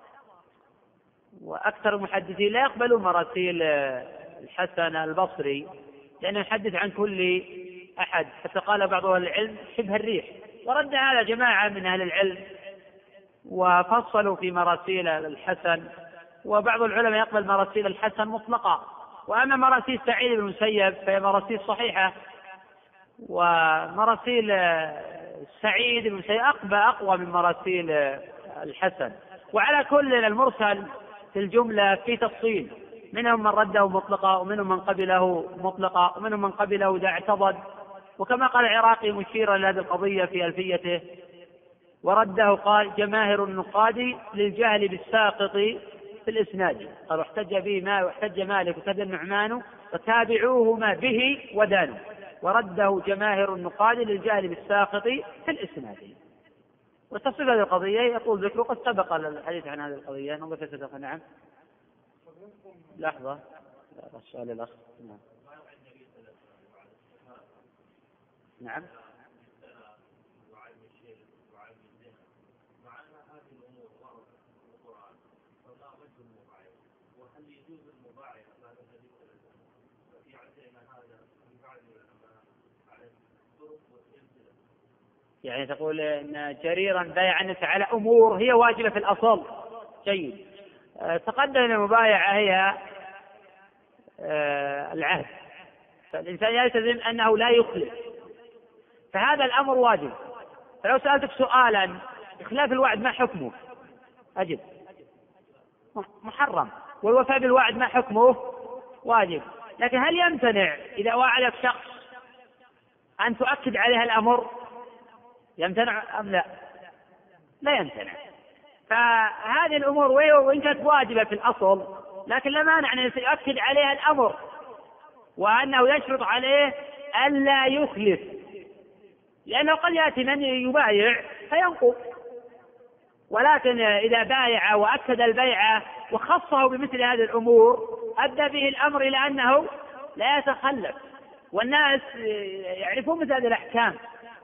وأكثر المحدثين لا يقبلون مراسيل الحسن البصري لأنه يحدث عن كل أحد، حتى قال بعض أهل العلم شبه الريح، ورد هذا جماعة من أهل العلم وفصلوا في مراسيل الحسن. وبعض العلماء يقبل مراسيل الحسن مطلقة، وأما مراسيل سعيد بن المسيب فهي مراسيل صحيحة، ومراسيل سعيد بن المسيب أقوى من مراسيل الحسن. وعلى كل المرسل في الجملة في تفصيل، منهم من رده مطلقة ومنهم من قبله مطلقة ومنهم من قبله إذا اعتضد، وكما قال العراقي مشيرا لهذه القضية في ألفيته ورده قال: جماهر النقاد للجهل بالساقط في الإسناد، قال واحتج به ما واحتج مالك وكذا النعمان وتابعوهما به ودانوا، ورده جماهر النقاد للجهل بالساقط في الإسناد. وتصف هذه القضية يقول ذكره قد سبق الحديث عن هذه القضية. نعم. لحظة، السؤال الأخ. نعم. يعني تقول إن جريرا بايع الناس على أمور هي واجبة في الأصل. جيد. تقدم المبايعة هي العهد، فالإنسان يلتزم أنه لا يخلف، فهذا الأمر واجب. فلو سألتك سؤالا: إخلاف الوعد ما حكمه؟ أجب: محرم. والوفاء بالوعد ما حكمه؟ واجب. لكن هل يمتنع إذا وعدك شخص أن تؤكد عليه الأمر؟ يمتنع أم لا؟ لا يمتنع. فهذه الأمور وإن كانت واجبة في الأصل، لكن لا مانع أن يؤكد عليها الأمر، وأنه يشرط عليه ألا يخلف، لأنه قد يأتي من يبايع فينقض. ولكن إذا بايع وأكد البيعة وخصه بمثل هذه الأمور أدى به الأمر إلى أنه لا يتخلف، والناس يعرفون مثل هذه الأحكام.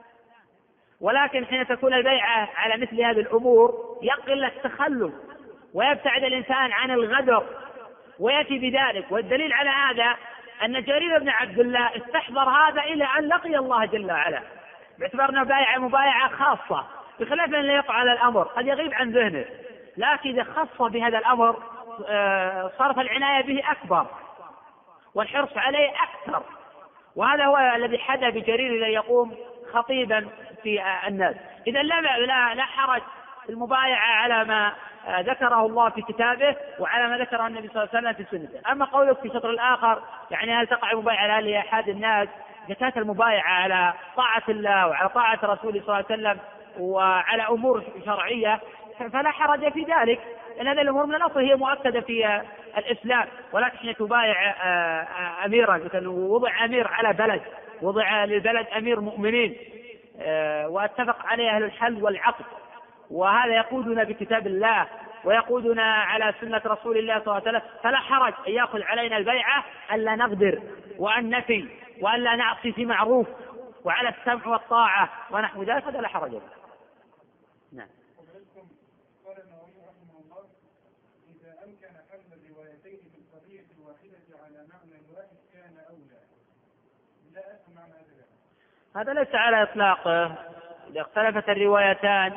ولكن حين تكون البيعة على مثل هذه الأمور يقل التخلف ويبتعد الإنسان عن الغدر ويأتي بذلك. والدليل على هذا أن جرير بن عبد الله استحضر هذا إلى أن لقي الله جل وعلا، باعتبار أنه بايع مبايعة خاصة، بخلاف أن لا يقع على الأمر قد يغيب عن ذهنه، لكن إذا خص بهذا الأمر صرف العناية به أكبر والحرص عليه أكثر. وهذا هو الذي حدث بجرير إلى يقوم خطيبا في الناس. إذا لا حرج في المبايعة على ما ذكره الله في كتابه وعلى ما ذكره النبي صلى الله عليه وسلم في سنته. أما قولك في شطر الآخر يعني هل تقع المبايعة لأحد الناس، إذا كانت المبايعة على طاعة الله وعلى طاعة رسوله صلى الله عليه وسلم وعلى أمور شرعية فلا حرج في ذلك، لأن هذه الأمور من الأصل هي مؤكدة في الإسلام. ولكن حين تبايع أميرا، مثلا وضع أمير على بلد، وضع للبلد أمير مؤمنين واتفق عليه أهل الحل والعقد، وهذا يقودنا بكتاب الله ويقودنا على سنة رسول الله صلى الله عليه وسلم، فلا حرج أن يأخذ علينا البيعة ألا نغدر وأن نفي وألا نعصي في معروف وعلى السمع والطاعة ونحو ذلك، هذا لا حرج به. نعم. أمكن حمل الروايتين في القضية الواحدة على معنى واحد كان أولى. لا أسمع هذا ليس على إطلاقه. إذا اختلفت الروايتان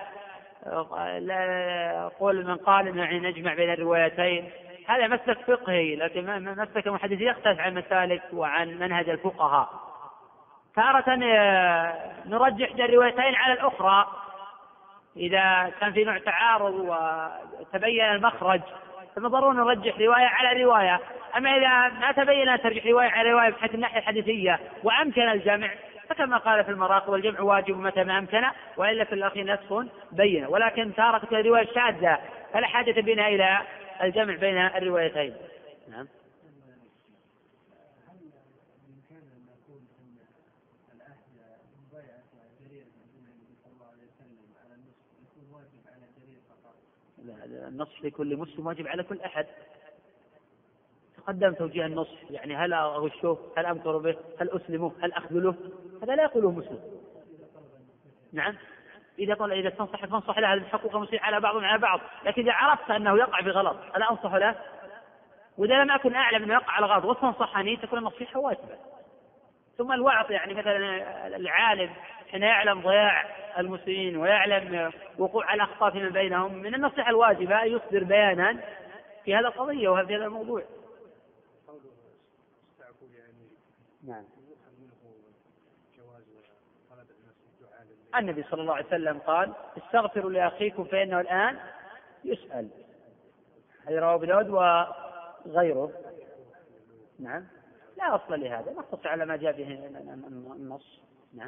لا يقول من قال يعني نجمع بين الروايتين، هذا مسلك فقهي، لكن مسلك المحدثين يختلف عن مسالك وعن منهج الفقهاء. تارة نرجح الروايتين على الأخرى إذا كان في نوع تعارض وتبين المخرج، ثم ضروري نرجح رواية على رواية. أما إذا ما تبين ترجح رواية على رواية بحيث الناحية الحديثية وأمكن الجمع، فكما قال في المراقب والجمع واجب متى ما أمكن، وإلا في الأخير نسخ بين. ولكن تارة الرواية شاذة فلا حاجة بنا إلى الجمع بين الروايتين. نعم. النصح لكل مسلم واجب على كل أحد. تقدم توجيه النصح، يعني هل أغشه، هل أمكر به، هل أسلمه، هل أخذله، هذا لا يقوله مسلم. نعم. إذا تنصح فانصح له، هذا حقوق المسلم على بعضهم على بعض. لكن إذا عرفت أنه يقع في غلط ألا أنصح له، وإذا لم أكن أعلم أنه يقع على غلط وتنصحني تكون النصيحة واجبة. ثم الوعظ، يعني مثلا العالم حين يعلم ضياع المسلمين ويعلم وقوع الأخطاء فيما بينهم، من النصيحة الواجبة يصدر بيانا في هذا القضية وفي هذا الموضوع. نعم. النبي صلى الله عليه وسلم قال استغفروا لأخيكم فإنه الآن يسأل. هذا رواه أبو داود وغيره. نعم. لا أصل لهذا، نقص على ما جاء به النص. نعم.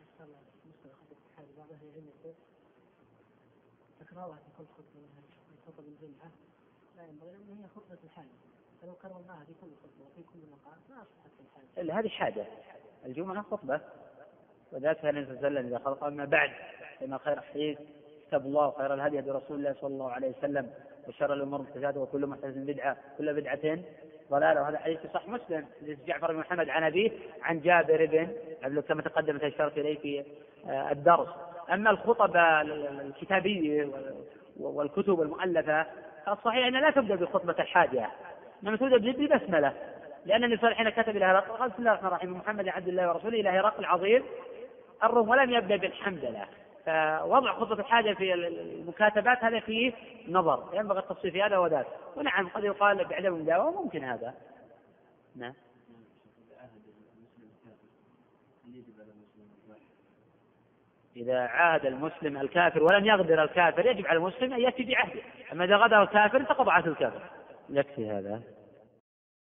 تكرارها في كل خطبة من خطب الجمعة لا ينبغي، لأن هي خطبة الحاجة، فلو كررناها في كل خطبة وفي كل مقام ما أصبحت الحاجة. إلا هذه حاجة، الجمعة خطبة، وذلك النبي صلى الله عليه وسلم إذا خلق أما بعد فإن خير الحديث كتاب الله وخير الهدي هدي رسول الله صلى الله عليه وسلم وشر الأمور محدثاتها وكل محدث بدعة كل بدعة ضلالة. وهذا حديث صح مسلم جعفر بن محمد عن أبيه عن جابر بن عبد الله كما تقدمت الإشارة إليه في الدرس. أما الخطب الكتابية والكتب المؤلفة فالصحيح أنها لا تبدأ بخطبة الحاجة، إنما تبدأ بالبسملة، لأن النبي صلى الله عليه وسلم كتب إلى هرقل قال بسم الله الرحمن الرحيم محمد عبد الله ورسوله إلى هرقل عظيم الروم، ولم يبدأ بالحمدلله. فوضع خطبة الحاجة في المكاتبات هذا فيه نظر، ينبغي التفصيل في هذا وذاك. ونعم قد يقال بعدم مداومة ممكن هذا. نعم. إذا عاهد المسلم الكافر ولم يغدر الكافر يجب على المسلم أن يأتي بعهده، أما إذا غدر الكافر فقد عهد الكافر. يكفي هذا.